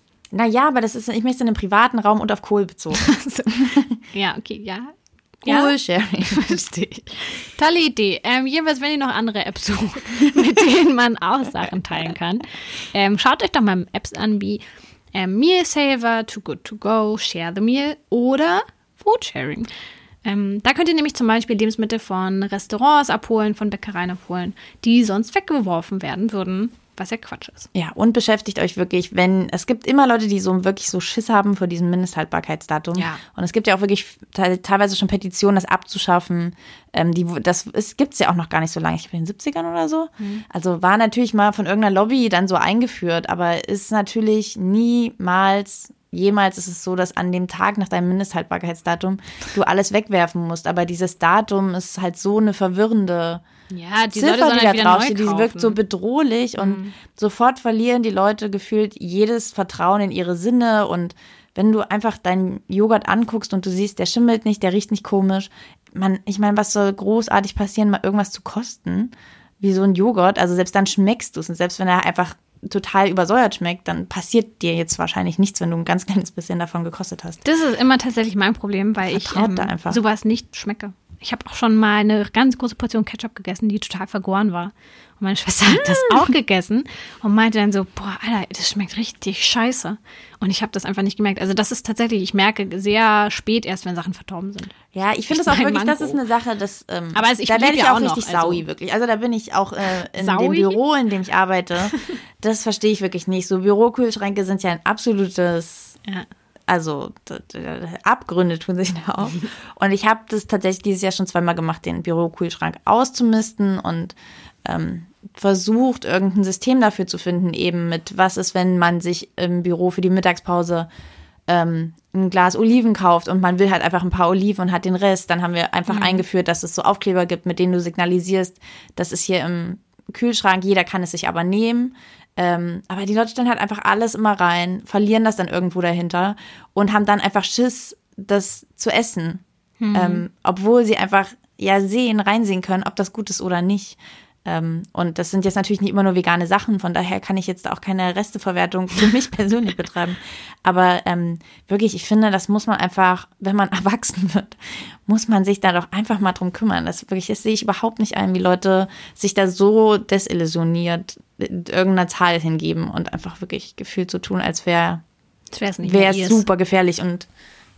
Naja, aber das ist, ich möchte in einem privaten Raum und auf Kohl bezogen. So. Ja, okay, ja. Kohlsharing. Verstehe ich. Tolle Idee. Ähm, jedenfalls, wenn ihr noch andere Apps sucht, mit denen man auch Sachen teilen kann, ähm, schaut euch doch mal Apps an wie ähm, Meal Saver, Too Good To Go, Share the Meal oder Foodsharing. Ähm, da könnt ihr nämlich zum Beispiel Lebensmittel von Restaurants abholen, von Bäckereien abholen, die sonst weggeworfen werden würden, was ja Quatsch ist. Ja, und beschäftigt euch wirklich, wenn, es gibt immer Leute, die so wirklich so Schiss haben vor diesem Mindesthaltbarkeitsdatum. Ja. Und es gibt ja auch wirklich te- teilweise schon Petitionen, das abzuschaffen. Ähm, die, das gibt es ja auch noch gar nicht so lange, ich glaube in den siebzigern oder so. Mhm. Also war natürlich mal von irgendeiner Lobby dann so eingeführt, aber ist natürlich niemals, jemals ist es so, dass an dem Tag nach deinem Mindesthaltbarkeitsdatum du alles wegwerfen musst. Aber dieses Datum ist halt so eine verwirrende Ja, die Ziffer, Leute sollen die da halt wieder draufsteht, neu die kaufen. wirkt so bedrohlich mhm. und sofort verlieren die Leute gefühlt jedes Vertrauen in ihre Sinne. Und wenn du einfach deinen Joghurt anguckst und du siehst, der schimmelt nicht, der riecht nicht komisch, man, ich meine, was soll großartig passieren, mal irgendwas zu kosten, wie so ein Joghurt, also selbst dann schmeckst du es und selbst wenn er einfach total übersäuert schmeckt, dann passiert dir jetzt wahrscheinlich nichts, wenn du ein ganz kleines bisschen davon gekostet hast. Das ist immer tatsächlich mein Problem, weil Vertraut ich ähm, da einfach. sowas nicht schmecke. Ich habe auch schon mal eine ganz große Portion Ketchup gegessen, die total vergoren war. Und meine Schwester hat das auch gegessen und meinte dann so, boah, Alter, das schmeckt richtig scheiße. Und ich habe das einfach nicht gemerkt. Also das ist tatsächlich, ich merke sehr spät erst, wenn Sachen verdorben sind. Ja, ich finde das auch wirklich, das ist eine Sache, das, ähm, aber also ich da werde ich ja auch auch richtig noch, saui, also. wirklich. Also da bin ich auch äh, in Saui? dem Büro, in dem ich arbeite, das verstehe ich wirklich nicht. So Bürokühlschränke sind ja ein absolutes... Ja. Also d- d- Abgründe tun sich da auf. Und ich habe das tatsächlich dieses Jahr schon zweimal gemacht, den Bürokühlschrank auszumisten und ähm, versucht, irgendein System dafür zu finden, eben mit, was ist, wenn man sich im Büro für die Mittagspause ähm, ein Glas Oliven kauft und man will halt einfach ein paar Oliven und hat den Rest. Dann haben wir einfach mhm. eingeführt, dass es so Aufkleber gibt, mit denen du signalisierst, das ist hier im Kühlschrank, jeder kann es sich aber nehmen. Ähm, aber die Leute stellen halt einfach alles immer rein, verlieren das dann irgendwo dahinter und haben dann einfach Schiss, das zu essen. Mhm. Ähm, obwohl sie einfach ja sehen, reinsehen können, ob das gut ist oder nicht. Ähm, und das sind jetzt natürlich nicht immer nur vegane Sachen, von daher kann ich jetzt auch keine Resteverwertung für mich persönlich betreiben. Aber ähm, wirklich, ich finde, das muss man einfach, wenn man erwachsen wird, muss man sich da doch einfach mal drum kümmern. Das wirklich, das sehe ich überhaupt nicht ein, wie Leute sich da so desillusioniert irgendeiner Zahl hingeben und einfach wirklich gefühlt so tun, als wäre wäre es super gefährlich und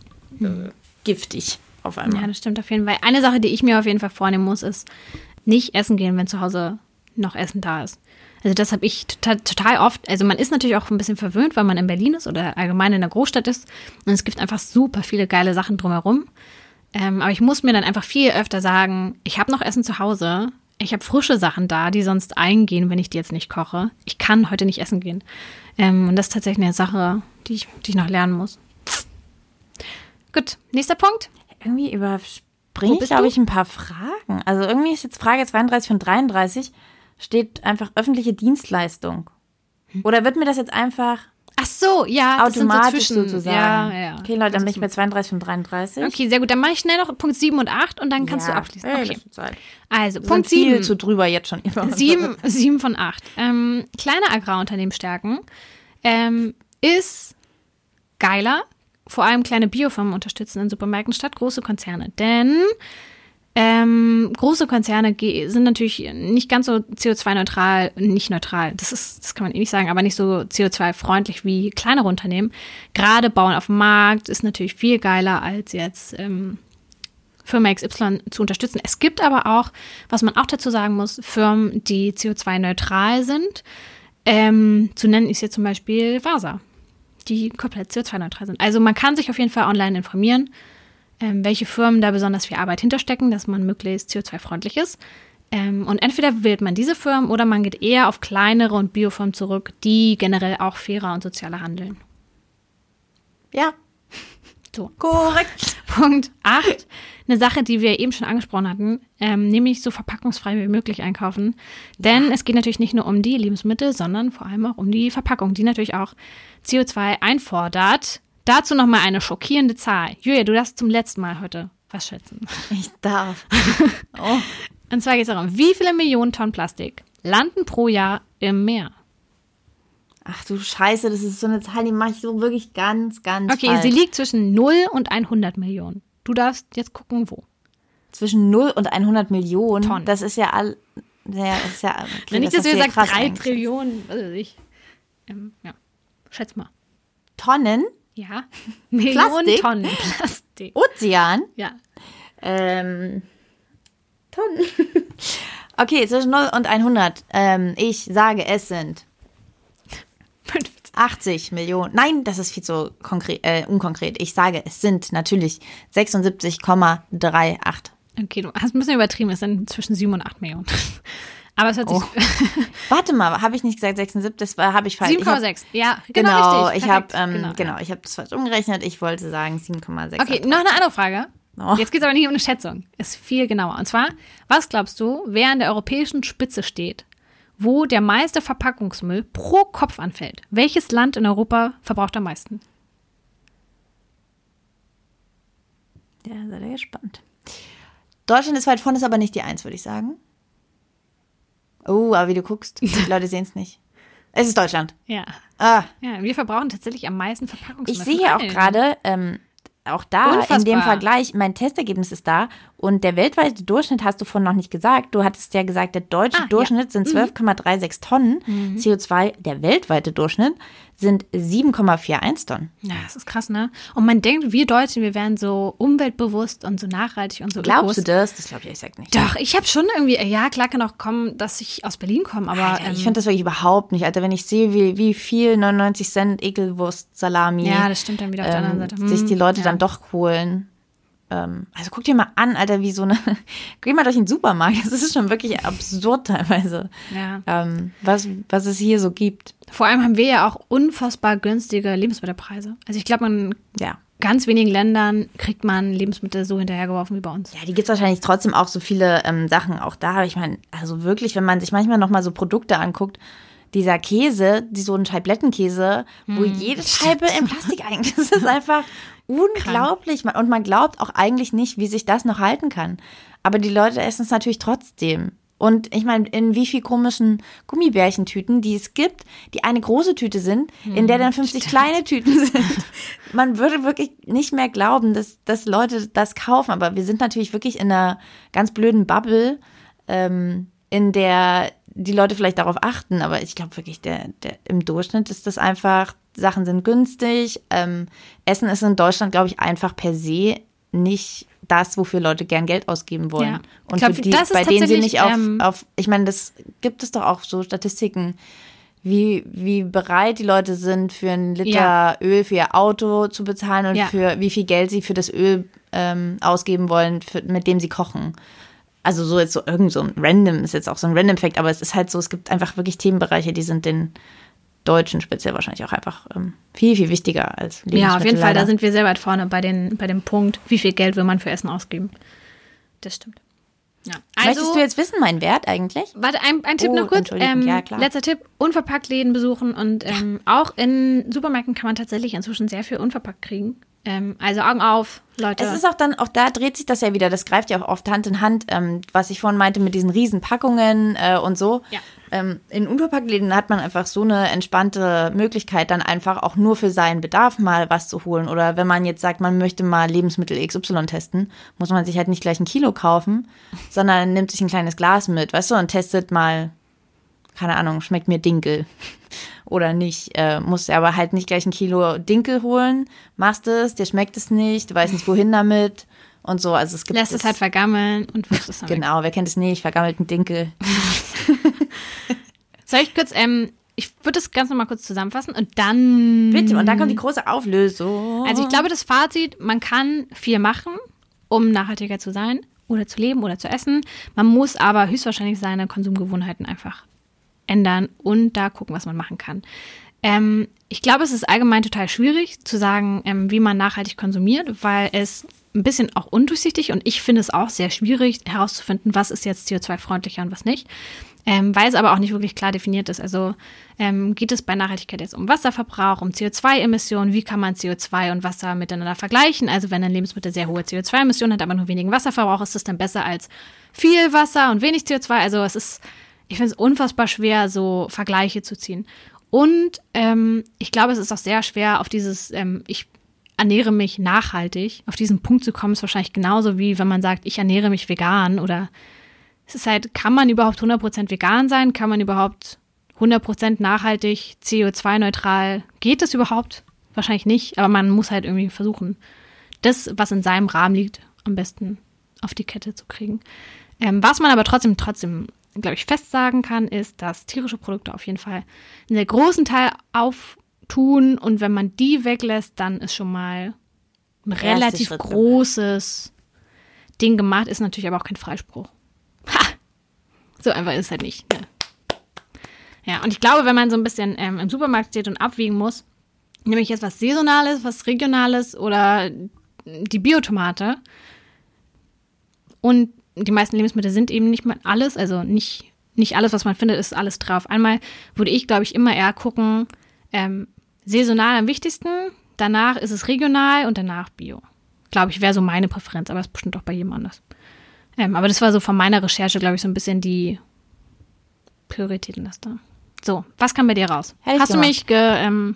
äh, giftig auf einmal. Ja, das stimmt auf jeden Fall. Eine Sache, die ich mir auf jeden Fall vornehmen muss, ist nicht essen gehen, wenn zu Hause noch Essen da ist. Also das habe ich total, total oft. Also man ist natürlich auch ein bisschen verwöhnt, weil man in Berlin ist oder allgemein in der Großstadt ist. Und es gibt einfach super viele geile Sachen drumherum. Ähm, aber ich muss mir dann einfach viel öfter sagen, ich habe noch Essen zu Hause. Ich habe frische Sachen da, die sonst eingehen, wenn ich die jetzt nicht koche. Ich kann heute nicht essen gehen. Ähm, und das ist tatsächlich eine Sache, die ich, die ich noch lernen muss. Gut, nächster Punkt. Irgendwie überspringe ich, glaube ich, ein paar Fragen. Also irgendwie ist jetzt Frage zweiunddreißig von dreiunddreißig, steht einfach öffentliche Dienstleistung. Oder wird mir das jetzt einfach Ach so, ja, automatisch das sind so sozusagen? Ja, ja. Okay, Leute, dann bin ich bei zweiunddreißig von dreiunddreißig. Okay, sehr gut. Dann mache ich schnell noch Punkt sieben und acht und dann kannst ja, du abschließen. Ey, okay. Zeit. Also, Wir Punkt sind viel sieben. zu drüber jetzt schon. Sieben, sieben von acht. Ähm, kleine Agrarunternehmen stärken ähm, ist geiler. Vor allem kleine Biofirmen unterstützen in Supermärkten statt große Konzerne. Denn ähm, große Konzerne ge- sind natürlich nicht ganz so C O zwei neutral, nicht neutral, das ist, das kann man eh nicht sagen, aber nicht so C O zwei freundlich wie kleinere Unternehmen. Gerade Bauern auf dem Markt ist natürlich viel geiler, als jetzt ähm, Firma X Y zu unterstützen. Es gibt aber auch, was man auch dazu sagen muss, Firmen, die C O zwei neutral sind. Ähm, zu nennen ist hier zum Beispiel Wasa, die komplett C O zwei neutral sind. Also man kann sich auf jeden Fall online informieren. ähm, welche Firmen da besonders viel Arbeit hinterstecken, dass man möglichst C O zwei freundlich ist. Ähm, und entweder wählt man diese Firmen oder man geht eher auf kleinere und Biofirmen zurück, die generell auch fairer und sozialer handeln. Ja, So. korrekt. Punkt acht. Eine Sache, die wir eben schon angesprochen hatten, ähm, nämlich so verpackungsfrei wie möglich einkaufen. Denn es geht natürlich nicht nur um die Lebensmittel, sondern vor allem auch um die Verpackung, die natürlich auch C O zwei einfordert. Dazu nochmal eine schockierende Zahl. Julia, du darfst zum letzten Mal heute was schätzen. Ich darf. Oh. Und zwar geht es darum, wie viele Millionen Tonnen Plastik landen pro Jahr im Meer? Ach du Scheiße, das ist so eine Zahl, die mache ich so wirklich ganz, ganz Okay, falsch. sie liegt zwischen null und hundert Millionen. Du darfst jetzt gucken, wo. Zwischen null und hundert Millionen. Tonnen. Das ist ja all. Ja, ist ja, okay, Wenn ich das das ist wieder sehr sage, krass drei eigentlich. Trillionen, was weiß ich. Ähm, ja, schätz mal. Tonnen? Ja, Millionen Plastik? Tonnen Plastik. Ozean? Ja, Ähm, Tonnen. Okay, zwischen null und hundert. Ähm, ich sage, es sind fünfzig. achtzig Millionen. Nein, das ist viel zu konkret, äh, unkonkret. Ich sage, es sind natürlich sechsundsiebzig Komma dreiundachtzig. Okay, du hast ein bisschen übertrieben, es sind zwischen sieben und acht Millionen. Aber es hört sich... Oh. Warte mal, habe ich nicht gesagt sechsundsiebzig? Das war- habe ich falsch. sieben Komma Ich hab- sechs, ja, genau, Genau, richtig. ich habe perfekt, ähm, genau, genau, ja. ich habe das falsch umgerechnet. Ich wollte sagen sieben Komma sechs. Okay, noch eine andere Frage. Oh. Jetzt geht es aber nicht um eine Schätzung. Ist viel genauer. Und zwar, was glaubst du, wer an der europäischen Spitze steht, wo der meiste Verpackungsmüll pro Kopf anfällt? Welches Land in Europa verbraucht am meisten? Ja, seid ihr gespannt. Deutschland ist weit vorne, ist aber nicht die Eins, würde ich sagen. Oh, aber wie du guckst, die Leute sehen es nicht. Es ist Deutschland. Ja. Ah, Ja, wir verbrauchen tatsächlich am meisten Verpackungsmüll. ich sehe von hier auch allen. gerade, ähm, auch da Unfassbar. in dem Vergleich, mein Testergebnis ist da und der weltweite Durchschnitt hast du vorhin noch nicht gesagt. Du hattest ja gesagt, der deutsche Ah, Durchschnitt ja. sind zwölf Komma sechsunddreißig Tonnen C O zwei, der weltweite Durchschnitt sind sieben Komma einundvierzig Tonnen. Ja, das ist krass, ne? Und man denkt, wir Deutschen, wir wären so umweltbewusst und so nachhaltig und so Glaubst du ökos. das? Das glaube ich ehrlich gesagt nicht. Doch, ich habe schon irgendwie, ja, klar kann auch kommen, dass ich aus Berlin komme, aber Alter, ähm, ich finde das wirklich überhaupt nicht, Alter. Wenn ich sehe, wie, wie viel neunundneunzig Cent Ekelwurst, Salami ja, das stimmt dann wieder auf der anderen Seite. ähm, sich die Hm, Leute ja. dann doch holen. Ähm, also guck dir mal an, Alter, wie so eine. Geh mal durch den Supermarkt. Das ist schon wirklich absurd teilweise, Ja. ähm, was, was es hier so gibt. Vor allem haben wir ja auch unfassbar günstige Lebensmittelpreise. Also ich glaube, in Ja. ganz wenigen Ländern kriegt man Lebensmittel so hinterhergeworfen wie bei uns. Ja, die gibt es wahrscheinlich trotzdem auch so viele ähm, Sachen auch da. Aber ich meine, also wirklich, wenn man sich manchmal nochmal so Produkte anguckt, dieser Käse, die so ein Scheiblettenkäse, wo jede Scheibe in Plastik eigentlich ist, das ist einfach unglaublich. Man- Und man glaubt auch eigentlich nicht, wie sich das noch halten kann. Aber die Leute essen es natürlich trotzdem. Und ich meine, in wie viel komischen Gummibärchentüten, die es gibt, die eine große Tüte sind, in der dann fünfzig kleine Tüten sind. Man würde wirklich nicht mehr glauben, dass, dass Leute das kaufen. Aber wir sind natürlich wirklich in einer ganz blöden Bubble, ähm, in der die Leute vielleicht darauf achten. Aber ich glaube wirklich, der, der, im Durchschnitt ist das einfach, Sachen sind günstig. Ähm, Essen ist in Deutschland, glaube ich, einfach per se nicht das, wofür Leute gern Geld ausgeben wollen. Ja. Und Ich glaub, für die, das ist bei denen sie tatsächlich, nicht auf, ähm, auf, ich meine, das gibt es doch auch so Statistiken, wie, wie bereit die Leute sind, für einen Liter Ja. Öl für ihr Auto zu bezahlen und Ja. für wie viel Geld sie für das Öl ähm, ausgeben wollen, für, mit dem sie kochen. Also so jetzt so irgend so ein Random, ist jetzt auch so ein Random-Fact, aber es ist halt so, es gibt einfach wirklich Themenbereiche, die sind den Deutschen speziell wahrscheinlich auch einfach ähm, viel, viel wichtiger als Lebensmittel. Ja, auf jeden Fall, leider. da sind wir sehr weit vorne bei, den, bei dem Punkt, wie viel Geld will man für Essen ausgeben. Das stimmt. Ja. Möchtest du jetzt wissen, mein Wert eigentlich? Warte, ein, ein Tipp Oh, noch kurz. Entschuldigung, Ähm, ja, klar. Letzter Tipp, unverpackt Läden besuchen und ähm, auch in Supermärkten kann man tatsächlich inzwischen sehr viel unverpackt kriegen. Ähm, also Augen auf, Leute. Es ist auch dann, auch da dreht sich das ja wieder, das greift ja auch oft Hand in Hand, ähm, was ich vorhin meinte mit diesen riesen Packungen äh, und so. Ja. Ähm, in Unverpacktläden hat man einfach so eine entspannte Möglichkeit, dann einfach auch nur für seinen Bedarf mal was zu holen. Oder wenn man jetzt sagt, man möchte mal Lebensmittel X Y testen, muss man sich halt nicht gleich ein Kilo kaufen, sondern nimmt sich ein kleines Glas mit, weißt du, und testet mal, keine Ahnung, schmeckt mir Dinkel oder nicht. Äh, musst aber halt nicht gleich ein Kilo Dinkel holen, machst es, dir schmeckt es nicht, du weißt nicht, wohin damit und so. Also es gibt Lässt es halt vergammeln und wirft es dann weg. Genau, wer kennt es nicht, vergammelten Dinkel. Soll ich kurz, ähm, ich würde das Ganze mal kurz zusammenfassen und dann... Bitte, und dann kommt die große Auflösung. Also ich glaube, das Fazit, man kann viel machen, um nachhaltiger zu sein oder zu leben oder zu essen. Man muss aber höchstwahrscheinlich seine Konsumgewohnheiten einfach ändern und da gucken, was man machen kann. Ähm, ich glaube, es ist allgemein total schwierig zu sagen, ähm, wie man nachhaltig konsumiert, weil es ein bisschen auch undurchsichtig und ich finde es auch sehr schwierig herauszufinden, was ist jetzt C O zwei freundlicher und was nicht. Ähm, weil es aber auch nicht wirklich klar definiert ist. Also ähm, geht es bei Nachhaltigkeit jetzt um Wasserverbrauch, um C O zwei Emissionen, wie kann man C O zwei und Wasser miteinander vergleichen? Also wenn ein Lebensmittel sehr hohe C O zwei Emissionen hat, aber nur wenigen Wasserverbrauch, ist das dann besser als viel Wasser und wenig C O zwei? Also es ist, ich finde es unfassbar schwer, so Vergleiche zu ziehen. Und ähm, ich glaube, es ist auch sehr schwer, auf dieses, ähm, ich ernähre mich nachhaltig, auf diesen Punkt zu kommen, ist wahrscheinlich genauso wie wenn man sagt, ich ernähre mich vegan oder es ist halt, kann man überhaupt hundert Prozent vegan sein? Kann man überhaupt hundert Prozent nachhaltig, C O zwei neutral? Geht das überhaupt? Wahrscheinlich nicht, aber man muss halt irgendwie versuchen, das, was in seinem Rahmen liegt, am besten auf die Kette zu kriegen. Ähm, was man aber trotzdem, trotzdem, glaube ich, fest sagen kann, ist, dass tierische Produkte auf jeden Fall einen sehr großen Teil auftun und wenn man die weglässt, dann ist schon mal ein relativ Schritt großes Ding gemacht, ist natürlich aber auch kein Freispruch. Ha! So einfach ist es halt nicht. Ne? Ja, und ich glaube, wenn man so ein bisschen ähm, im Supermarkt steht und abwägen muss, nämlich jetzt was Saisonales, was Regionales oder die Biotomate und die meisten Lebensmittel sind eben nicht mal alles, also nicht, nicht alles, was man findet, ist alles drauf. Einmal würde ich, glaube ich, immer eher gucken, ähm, saisonal am wichtigsten, danach ist es regional und danach Bio. Glaube ich, wäre so meine Präferenz, aber das ist bestimmt auch bei jedem anders. Ähm, aber das war so von meiner Recherche, glaube ich, so ein bisschen die Prioritätenliste. So, was kam bei dir raus? Hätte ich Hast du gemacht. mich geschlagen?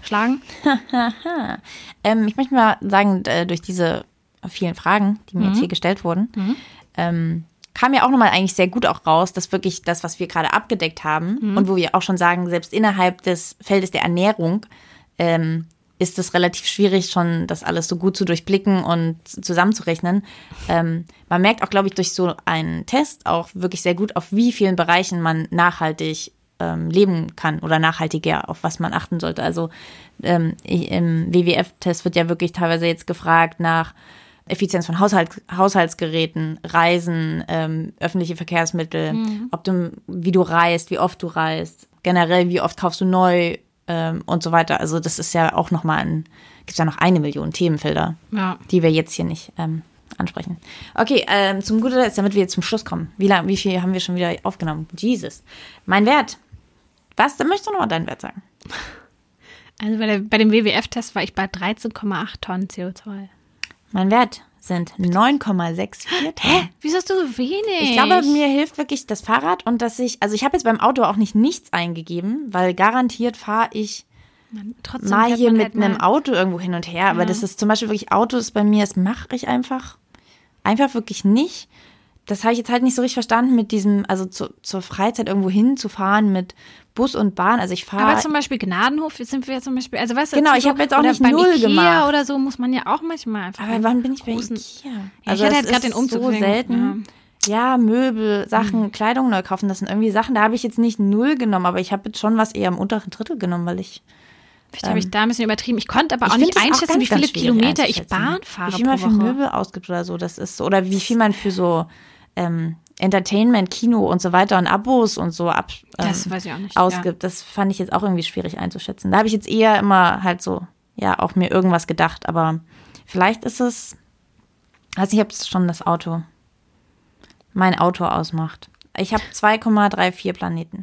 ähm, ich möchte mal sagen, äh, durch diese vielen Fragen, die mir Mhm. jetzt hier gestellt wurden, Mhm. ähm, kam ja auch nochmal eigentlich sehr gut auch raus, dass wirklich das, was wir gerade abgedeckt haben Mhm. und wo wir auch schon sagen, selbst innerhalb des Feldes der Ernährung ähm, ist es relativ schwierig, schon das alles so gut zu durchblicken und zusammenzurechnen. Ähm, man merkt auch, glaube ich, durch so einen Test auch wirklich sehr gut, auf wie vielen Bereichen man nachhaltig ähm, leben kann oder nachhaltiger, auf was man achten sollte. Also ähm, im W W F-Test wird ja wirklich teilweise jetzt gefragt nach Effizienz von Haushalt, Haushaltsgeräten, Reisen, ähm, öffentliche Verkehrsmittel, Mhm. ob du, wie du reist, wie oft du reist, generell, wie oft kaufst du neu ähm, und so weiter. Also das ist ja auch nochmal ein, gibt ja noch eine Million Themenfelder, Ja. die wir jetzt hier nicht ähm, ansprechen. Okay, ähm, zum guter Letzt, damit wir jetzt zum Schluss kommen. Wie lang, wie viel haben wir schon wieder aufgenommen? Jesus. Mein Wert. Was? Dann möchtest du nochmal deinen Wert sagen. Also bei, der, bei dem W W F-Test war ich bei dreizehn Komma acht Tonnen C O zwei. Mein Wert sind neun Komma sechsundvierzig Tonnen. Wieso hast du so wenig? Ich glaube, mir hilft wirklich das Fahrrad und dass ich, also ich habe jetzt beim Auto auch nicht nichts eingegeben, weil garantiert fahre ich Man, trotzdem mal fährt hier man mit halt mal- einem Auto irgendwo hin und her. Aber Ja. das ist zum Beispiel wirklich Autos bei mir, das mache ich einfach, einfach wirklich nicht. Das habe ich jetzt halt nicht so richtig verstanden mit diesem, also zu, zur Freizeit irgendwo hinzufahren mit Bus und Bahn. Also ich Aber fahre. zum Beispiel Gnadenhof, jetzt sind wir zum Beispiel, also weißt du, Genau, so- ich habe jetzt auch oder nicht beim null Ikea gemacht. oder so muss man ja auch manchmal einfach. Aber wann bin ich bei großen- Ikea? Ja, Also ich hatte es halt gerade ist den Umzug so wegen- selten. Ja, Möbel, Sachen, Kleidung neu kaufen, das sind irgendwie Sachen, da habe ich jetzt nicht null genommen, aber ich habe jetzt schon was eher im unteren Drittel genommen, weil ich Vielleicht habe ich da ein bisschen übertrieben. Ich konnte aber Ich auch find nicht das auch einschätzen, ganz, wie viele ganz schwierig Kilometer ich einzuschätzen. Bahn fahre Wie viel man pro für Woche. Möbel ausgibt oder so, das ist so. Oder wie viel man für so ähm, Entertainment, Kino und so weiter und Abos und so ab, ähm, Das weiß ich auch nicht. ausgibt. Das fand ich jetzt auch irgendwie schwierig einzuschätzen. Da habe ich jetzt eher immer halt so, ja, auch mir irgendwas gedacht. Aber vielleicht ist es, weiß nicht, ob es schon das Auto, mein Auto ausmacht. Ich habe zwei Komma vierunddreißig Planeten.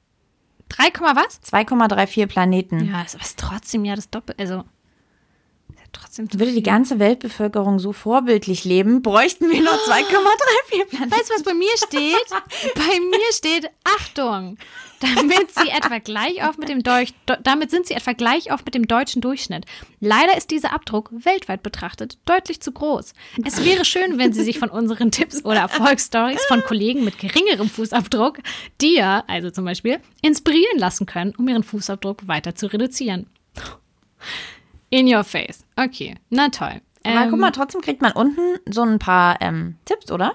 drei, was? zwei Komma vierunddreißig Planeten. Ja, das ist trotzdem ja das Doppel. Also, ist ja trotzdem zu Würde die viel. ganze Weltbevölkerung so vorbildlich leben, bräuchten wir noch zwei Komma vierunddreißig Planeten. Weißt du, was bei mir steht? Bei mir steht, Achtung, damit sie etwa gleich auf mit dem Deutsch, damit sind sie etwa gleich auf mit dem deutschen Durchschnitt. Leider ist dieser Abdruck weltweit betrachtet deutlich zu groß. Es wäre schön, wenn Sie sich von unseren Tipps oder Erfolgsstories von Kollegen mit geringerem Fußabdruck, dir, also zum Beispiel, inspirieren lassen können, um ihren Fußabdruck weiter zu reduzieren. In your face. Okay, na toll. Aber Ähm, guck mal, trotzdem kriegt man unten so ein paar ähm, Tipps, oder?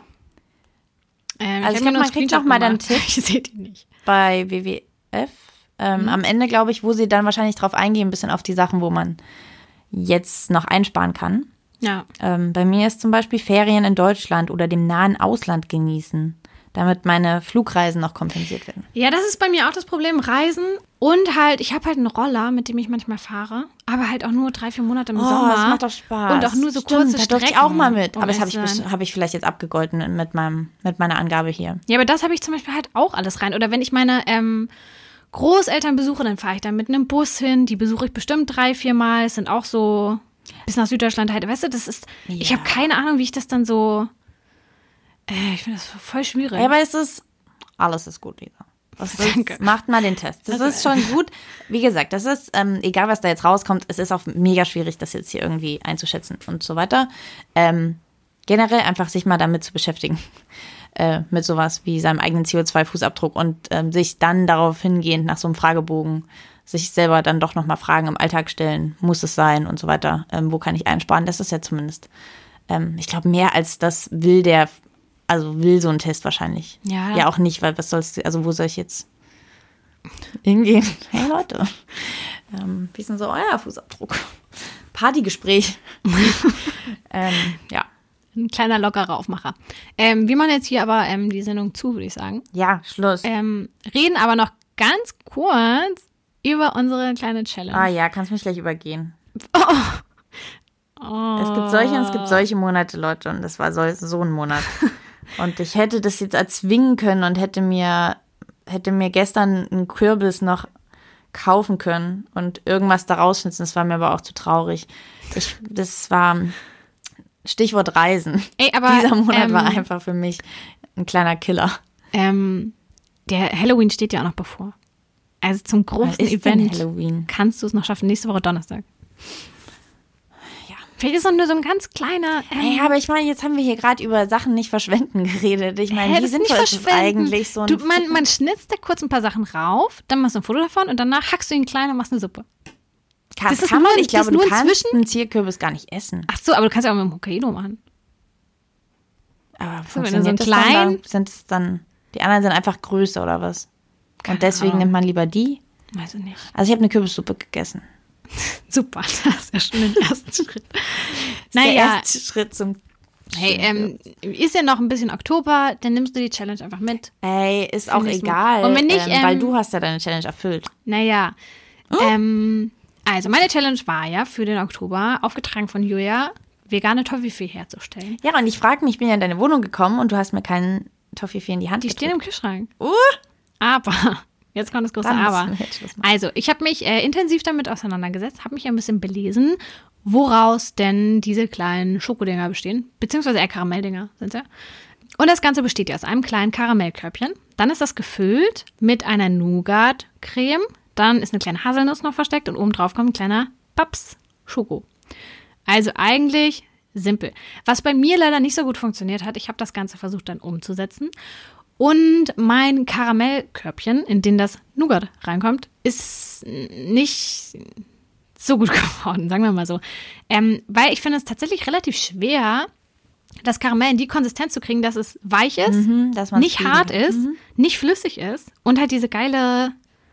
ähm, also ich ich hab mir glaub, nur man einen kriegt Screenshot auch mal dann gemacht. Tipps. Ich sehe die nicht. Bei W W F. Ähm, Mhm. Am Ende, glaube ich, wo sie dann wahrscheinlich drauf eingehen, ein bisschen auf die Sachen, wo man jetzt noch einsparen kann. Ja. Ähm, bei mir ist zum Beispiel Ferien in Deutschland oder dem nahen Ausland genießen, damit meine Flugreisen noch kompensiert werden. Ja, das ist bei mir auch das Problem, Reisen und halt, ich habe halt einen Roller, mit dem ich manchmal fahre, aber halt auch nur drei, vier Monate im Oh, Sommer. das macht doch Spaß. Und auch nur so Stimmt, kurze da durfte ich Strecken, auch mal mit. um Aber das habe ehrlich zu ich, sein. hab ich vielleicht jetzt abgegolten mit, meinem, mit meiner Angabe hier. Ja, aber das habe ich zum Beispiel halt auch alles rein. Oder wenn ich meine ähm, Großeltern besuche, dann fahre ich da mit einem Bus hin. Die besuche ich bestimmt drei, vier Mal. Es sind auch so bis nach Süddeutschland halt. Weißt du, das ist, Ja. ich habe keine Ahnung, wie ich das dann so, äh, ich finde das voll schwierig. Ja, aber es ist, alles ist gut, Lisa. Das Danke. ist, macht mal den Test. Das ist schon gut. Wie gesagt, das ist, ähm, egal was da jetzt rauskommt, es ist auch mega schwierig, das jetzt hier irgendwie einzuschätzen und so weiter. Ähm, generell einfach sich mal damit zu beschäftigen. Äh, mit sowas wie seinem eigenen C O zwei Fußabdruck und ähm, sich dann darauf hingehend nach so einem Fragebogen sich selber dann doch nochmal Fragen im Alltag stellen, muss es sein und so weiter. Ähm, wo kann ich einsparen? Das ist ja zumindest, ähm, ich glaube, mehr als das will der, also will so ein Test wahrscheinlich. Ja. Ja, auch nicht, weil was sollst du, also wo soll ich jetzt hingehen? Hey Leute, ähm, wie ist denn so euer Fußabdruck? Partygespräch. ähm, ja. Ein kleiner lockerer Aufmacher. Ähm, wir machen jetzt hier aber ähm, die Sendung zu, würde ich sagen. Ja, Schluss. Ähm, reden aber noch ganz kurz über unsere kleine Challenge. Ah ja, kannst mich gleich übergehen. Oh. Es gibt solche und es gibt solche Monate, Leute, und das war so, so ein Monat. Und ich hätte das jetzt erzwingen können und hätte mir, hätte mir gestern einen Kürbis noch kaufen können und irgendwas da rausschnitzen. Das war mir aber auch zu traurig. Ich, das war Stichwort Reisen. Ey, aber, Dieser Monat ähm, war einfach für mich ein kleiner Killer. Ähm, der Halloween steht ja auch noch bevor. Also zum großen Wann ist denn Event Halloween? kannst du es noch schaffen. Nächste Woche Donnerstag. Ja. Vielleicht ist es nur so ein ganz kleiner. Ähm, Ja, aber ich meine, jetzt haben wir hier gerade über Sachen nicht verschwenden geredet. Ich meine, hä, wie das ist nicht sinnvoll ist es verschwenden. eigentlich so ein Du, man, man schnitzt da kurz ein paar Sachen rauf, dann machst du ein Foto davon und danach hackst du ihn klein und machst eine Suppe. Kann, das ist kann nur- man, ich das glaube, ist nur du kannst inzwischen- einen Zierkürbis gar nicht essen. Ach so, aber du kannst ja auch mit dem Hokkaido machen. Aber wenn du funktioniert so einen das kleinen- dann? Da, sind es dann, die anderen sind einfach größer oder was? Keine Und deswegen Ahnung. nimmt man lieber die? Weiß ich nicht. Also ich habe eine Kürbissuppe gegessen. Super, das ist ja schon den ersten Schritt. Der Naja, erste Schritt zum... hey, ähm, ist ja noch ein bisschen Oktober, dann nimmst du die Challenge einfach mit. Ey, ist auch Finde ich egal. gut. Und wenn nicht, ähm, weil ähm, du hast ja deine Challenge erfüllt. Naja, Oh. ähm, also meine Challenge war ja für den Oktober, aufgetragen von Julia, vegane Toffifee herzustellen. Ja, und ich frage mich, ich bin ja in deine Wohnung gekommen und du hast mir keinen Toffifee in die Hand Die stehen im gedrückt. Kühlschrank. Uh, Aber, jetzt kommt das große Dann müssen Aber. wir jetzt Schluss machen. Also, ich habe mich äh, intensiv damit auseinandergesetzt, habe mich ein bisschen belesen, woraus denn diese kleinen Schokodinger bestehen, beziehungsweise eher Karamelldinger sind ja. Und das Ganze besteht ja aus einem kleinen Karamellkörbchen. Dann ist das gefüllt mit einer Nougat-Creme. Dann ist eine kleine Haselnuss noch versteckt und oben drauf kommt ein kleiner Paps Schoko. Also eigentlich simpel. Was bei mir leider nicht so gut funktioniert hat, ich habe das Ganze versucht dann umzusetzen. Und mein Karamellkörbchen, in den das Nougat reinkommt, ist nicht so gut geworden, sagen wir mal so. Ähm, weil ich finde es tatsächlich relativ schwer, das Karamell in die Konsistenz zu kriegen, dass es weich ist, Mhm, dass man's nicht kriegen hart kann. ist, nicht flüssig ist und halt diese geile,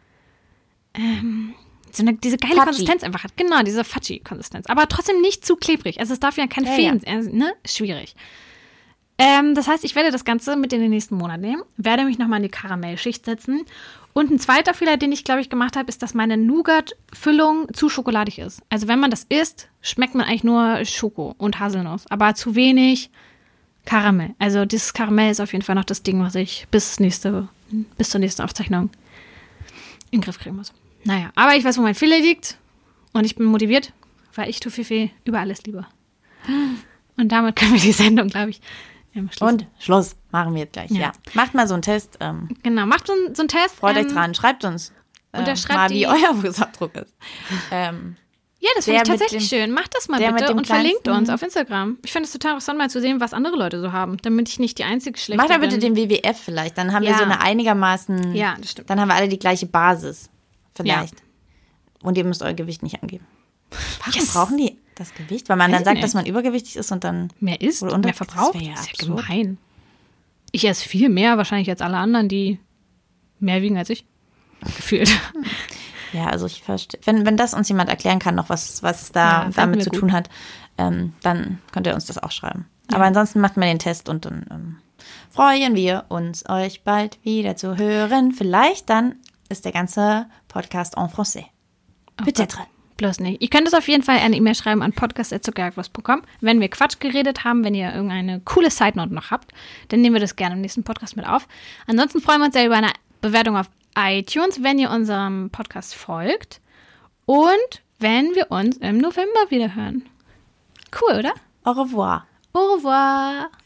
ähm, so eine, diese geile Fudgy. Konsistenz einfach hat. Genau, diese Fudgy-Konsistenz. Aber trotzdem nicht zu klebrig. Also es darf ja kein Ja, Fehlen, äh, ne? Schwierig. Ähm, das heißt, ich werde das Ganze mit in den nächsten Monat nehmen, werde mich nochmal in die Karamellschicht setzen. Und ein zweiter Fehler, den ich, glaube ich, gemacht habe, ist, dass meine Nougat-Füllung zu schokoladig ist. Also wenn man das isst, schmeckt man eigentlich nur Schoko und Haselnuss, aber zu wenig Karamell. Also dieses Karamell ist auf jeden Fall noch das Ding, was ich bis, nächste, bis zur nächsten Aufzeichnung in den Griff kriegen muss. Naja, aber ich weiß, wo mein Fehler liegt und ich bin motiviert, weil ich Toffifee über alles liebe. Und damit können wir die Sendung, glaube ich, ähm, schließen. Und Schluss. Machen wir jetzt gleich. Ja. Ja. Macht mal so einen Test. Ähm, Genau, macht so, ein- so einen Test. freut ähm, euch dran. Schreibt uns äh, unterschreibt mal, wie die- euer Fußabdruck ist. Ähm, Ja, das finde ich Der mit tatsächlich dem- schön. Macht das mal der mit bitte dem und verlinkt kleinsten- uns auf Instagram. Ich finde es total interessant, mal zu sehen, was andere Leute so haben, damit ich nicht die einzige schlechte macht da bitte bin. den W W F vielleicht. Dann haben Ja. wir so eine einigermaßen. Ja, das stimmt. Dann haben wir alle die gleiche Basis. Vielleicht. Und ihr müsst euer Gewicht nicht angeben. Warum Yes. brauchen die das Gewicht? Weil man Weiß dann ich sagt, nicht. dass man übergewichtig ist und dann. Mehr isst, Oder unter- mehr verbraucht. das wär ja Das ist ja absurd. gemein. Ich esse viel mehr wahrscheinlich als alle anderen, die mehr wiegen als ich. Gefühlt. Ja, also ich verstehe. Wenn, wenn das uns jemand erklären kann, noch was, was es da Ja, fänden damit wir zu gut. tun hat, ähm, dann könnt ihr uns das auch schreiben. Ja. Aber ansonsten macht mal den Test und dann ähm, freuen wir uns, euch bald wieder zu hören. Vielleicht dann ist der ganze Podcast en français. Oh Peut-être. Gott, bloß nicht. Ihr könnt es auf jeden Fall eine E-Mail schreiben an podcast at zuckerjagdwurst punkt com, wenn wir Quatsch geredet haben, wenn ihr irgendeine coole Side-Note noch habt. Dann nehmen wir das gerne im nächsten Podcast mit auf. Ansonsten freuen wir uns sehr über eine Bewertung auf iTunes, wenn ihr unserem Podcast folgt. Und wenn wir uns im November wieder hören. Cool, oder? Au revoir. Au revoir.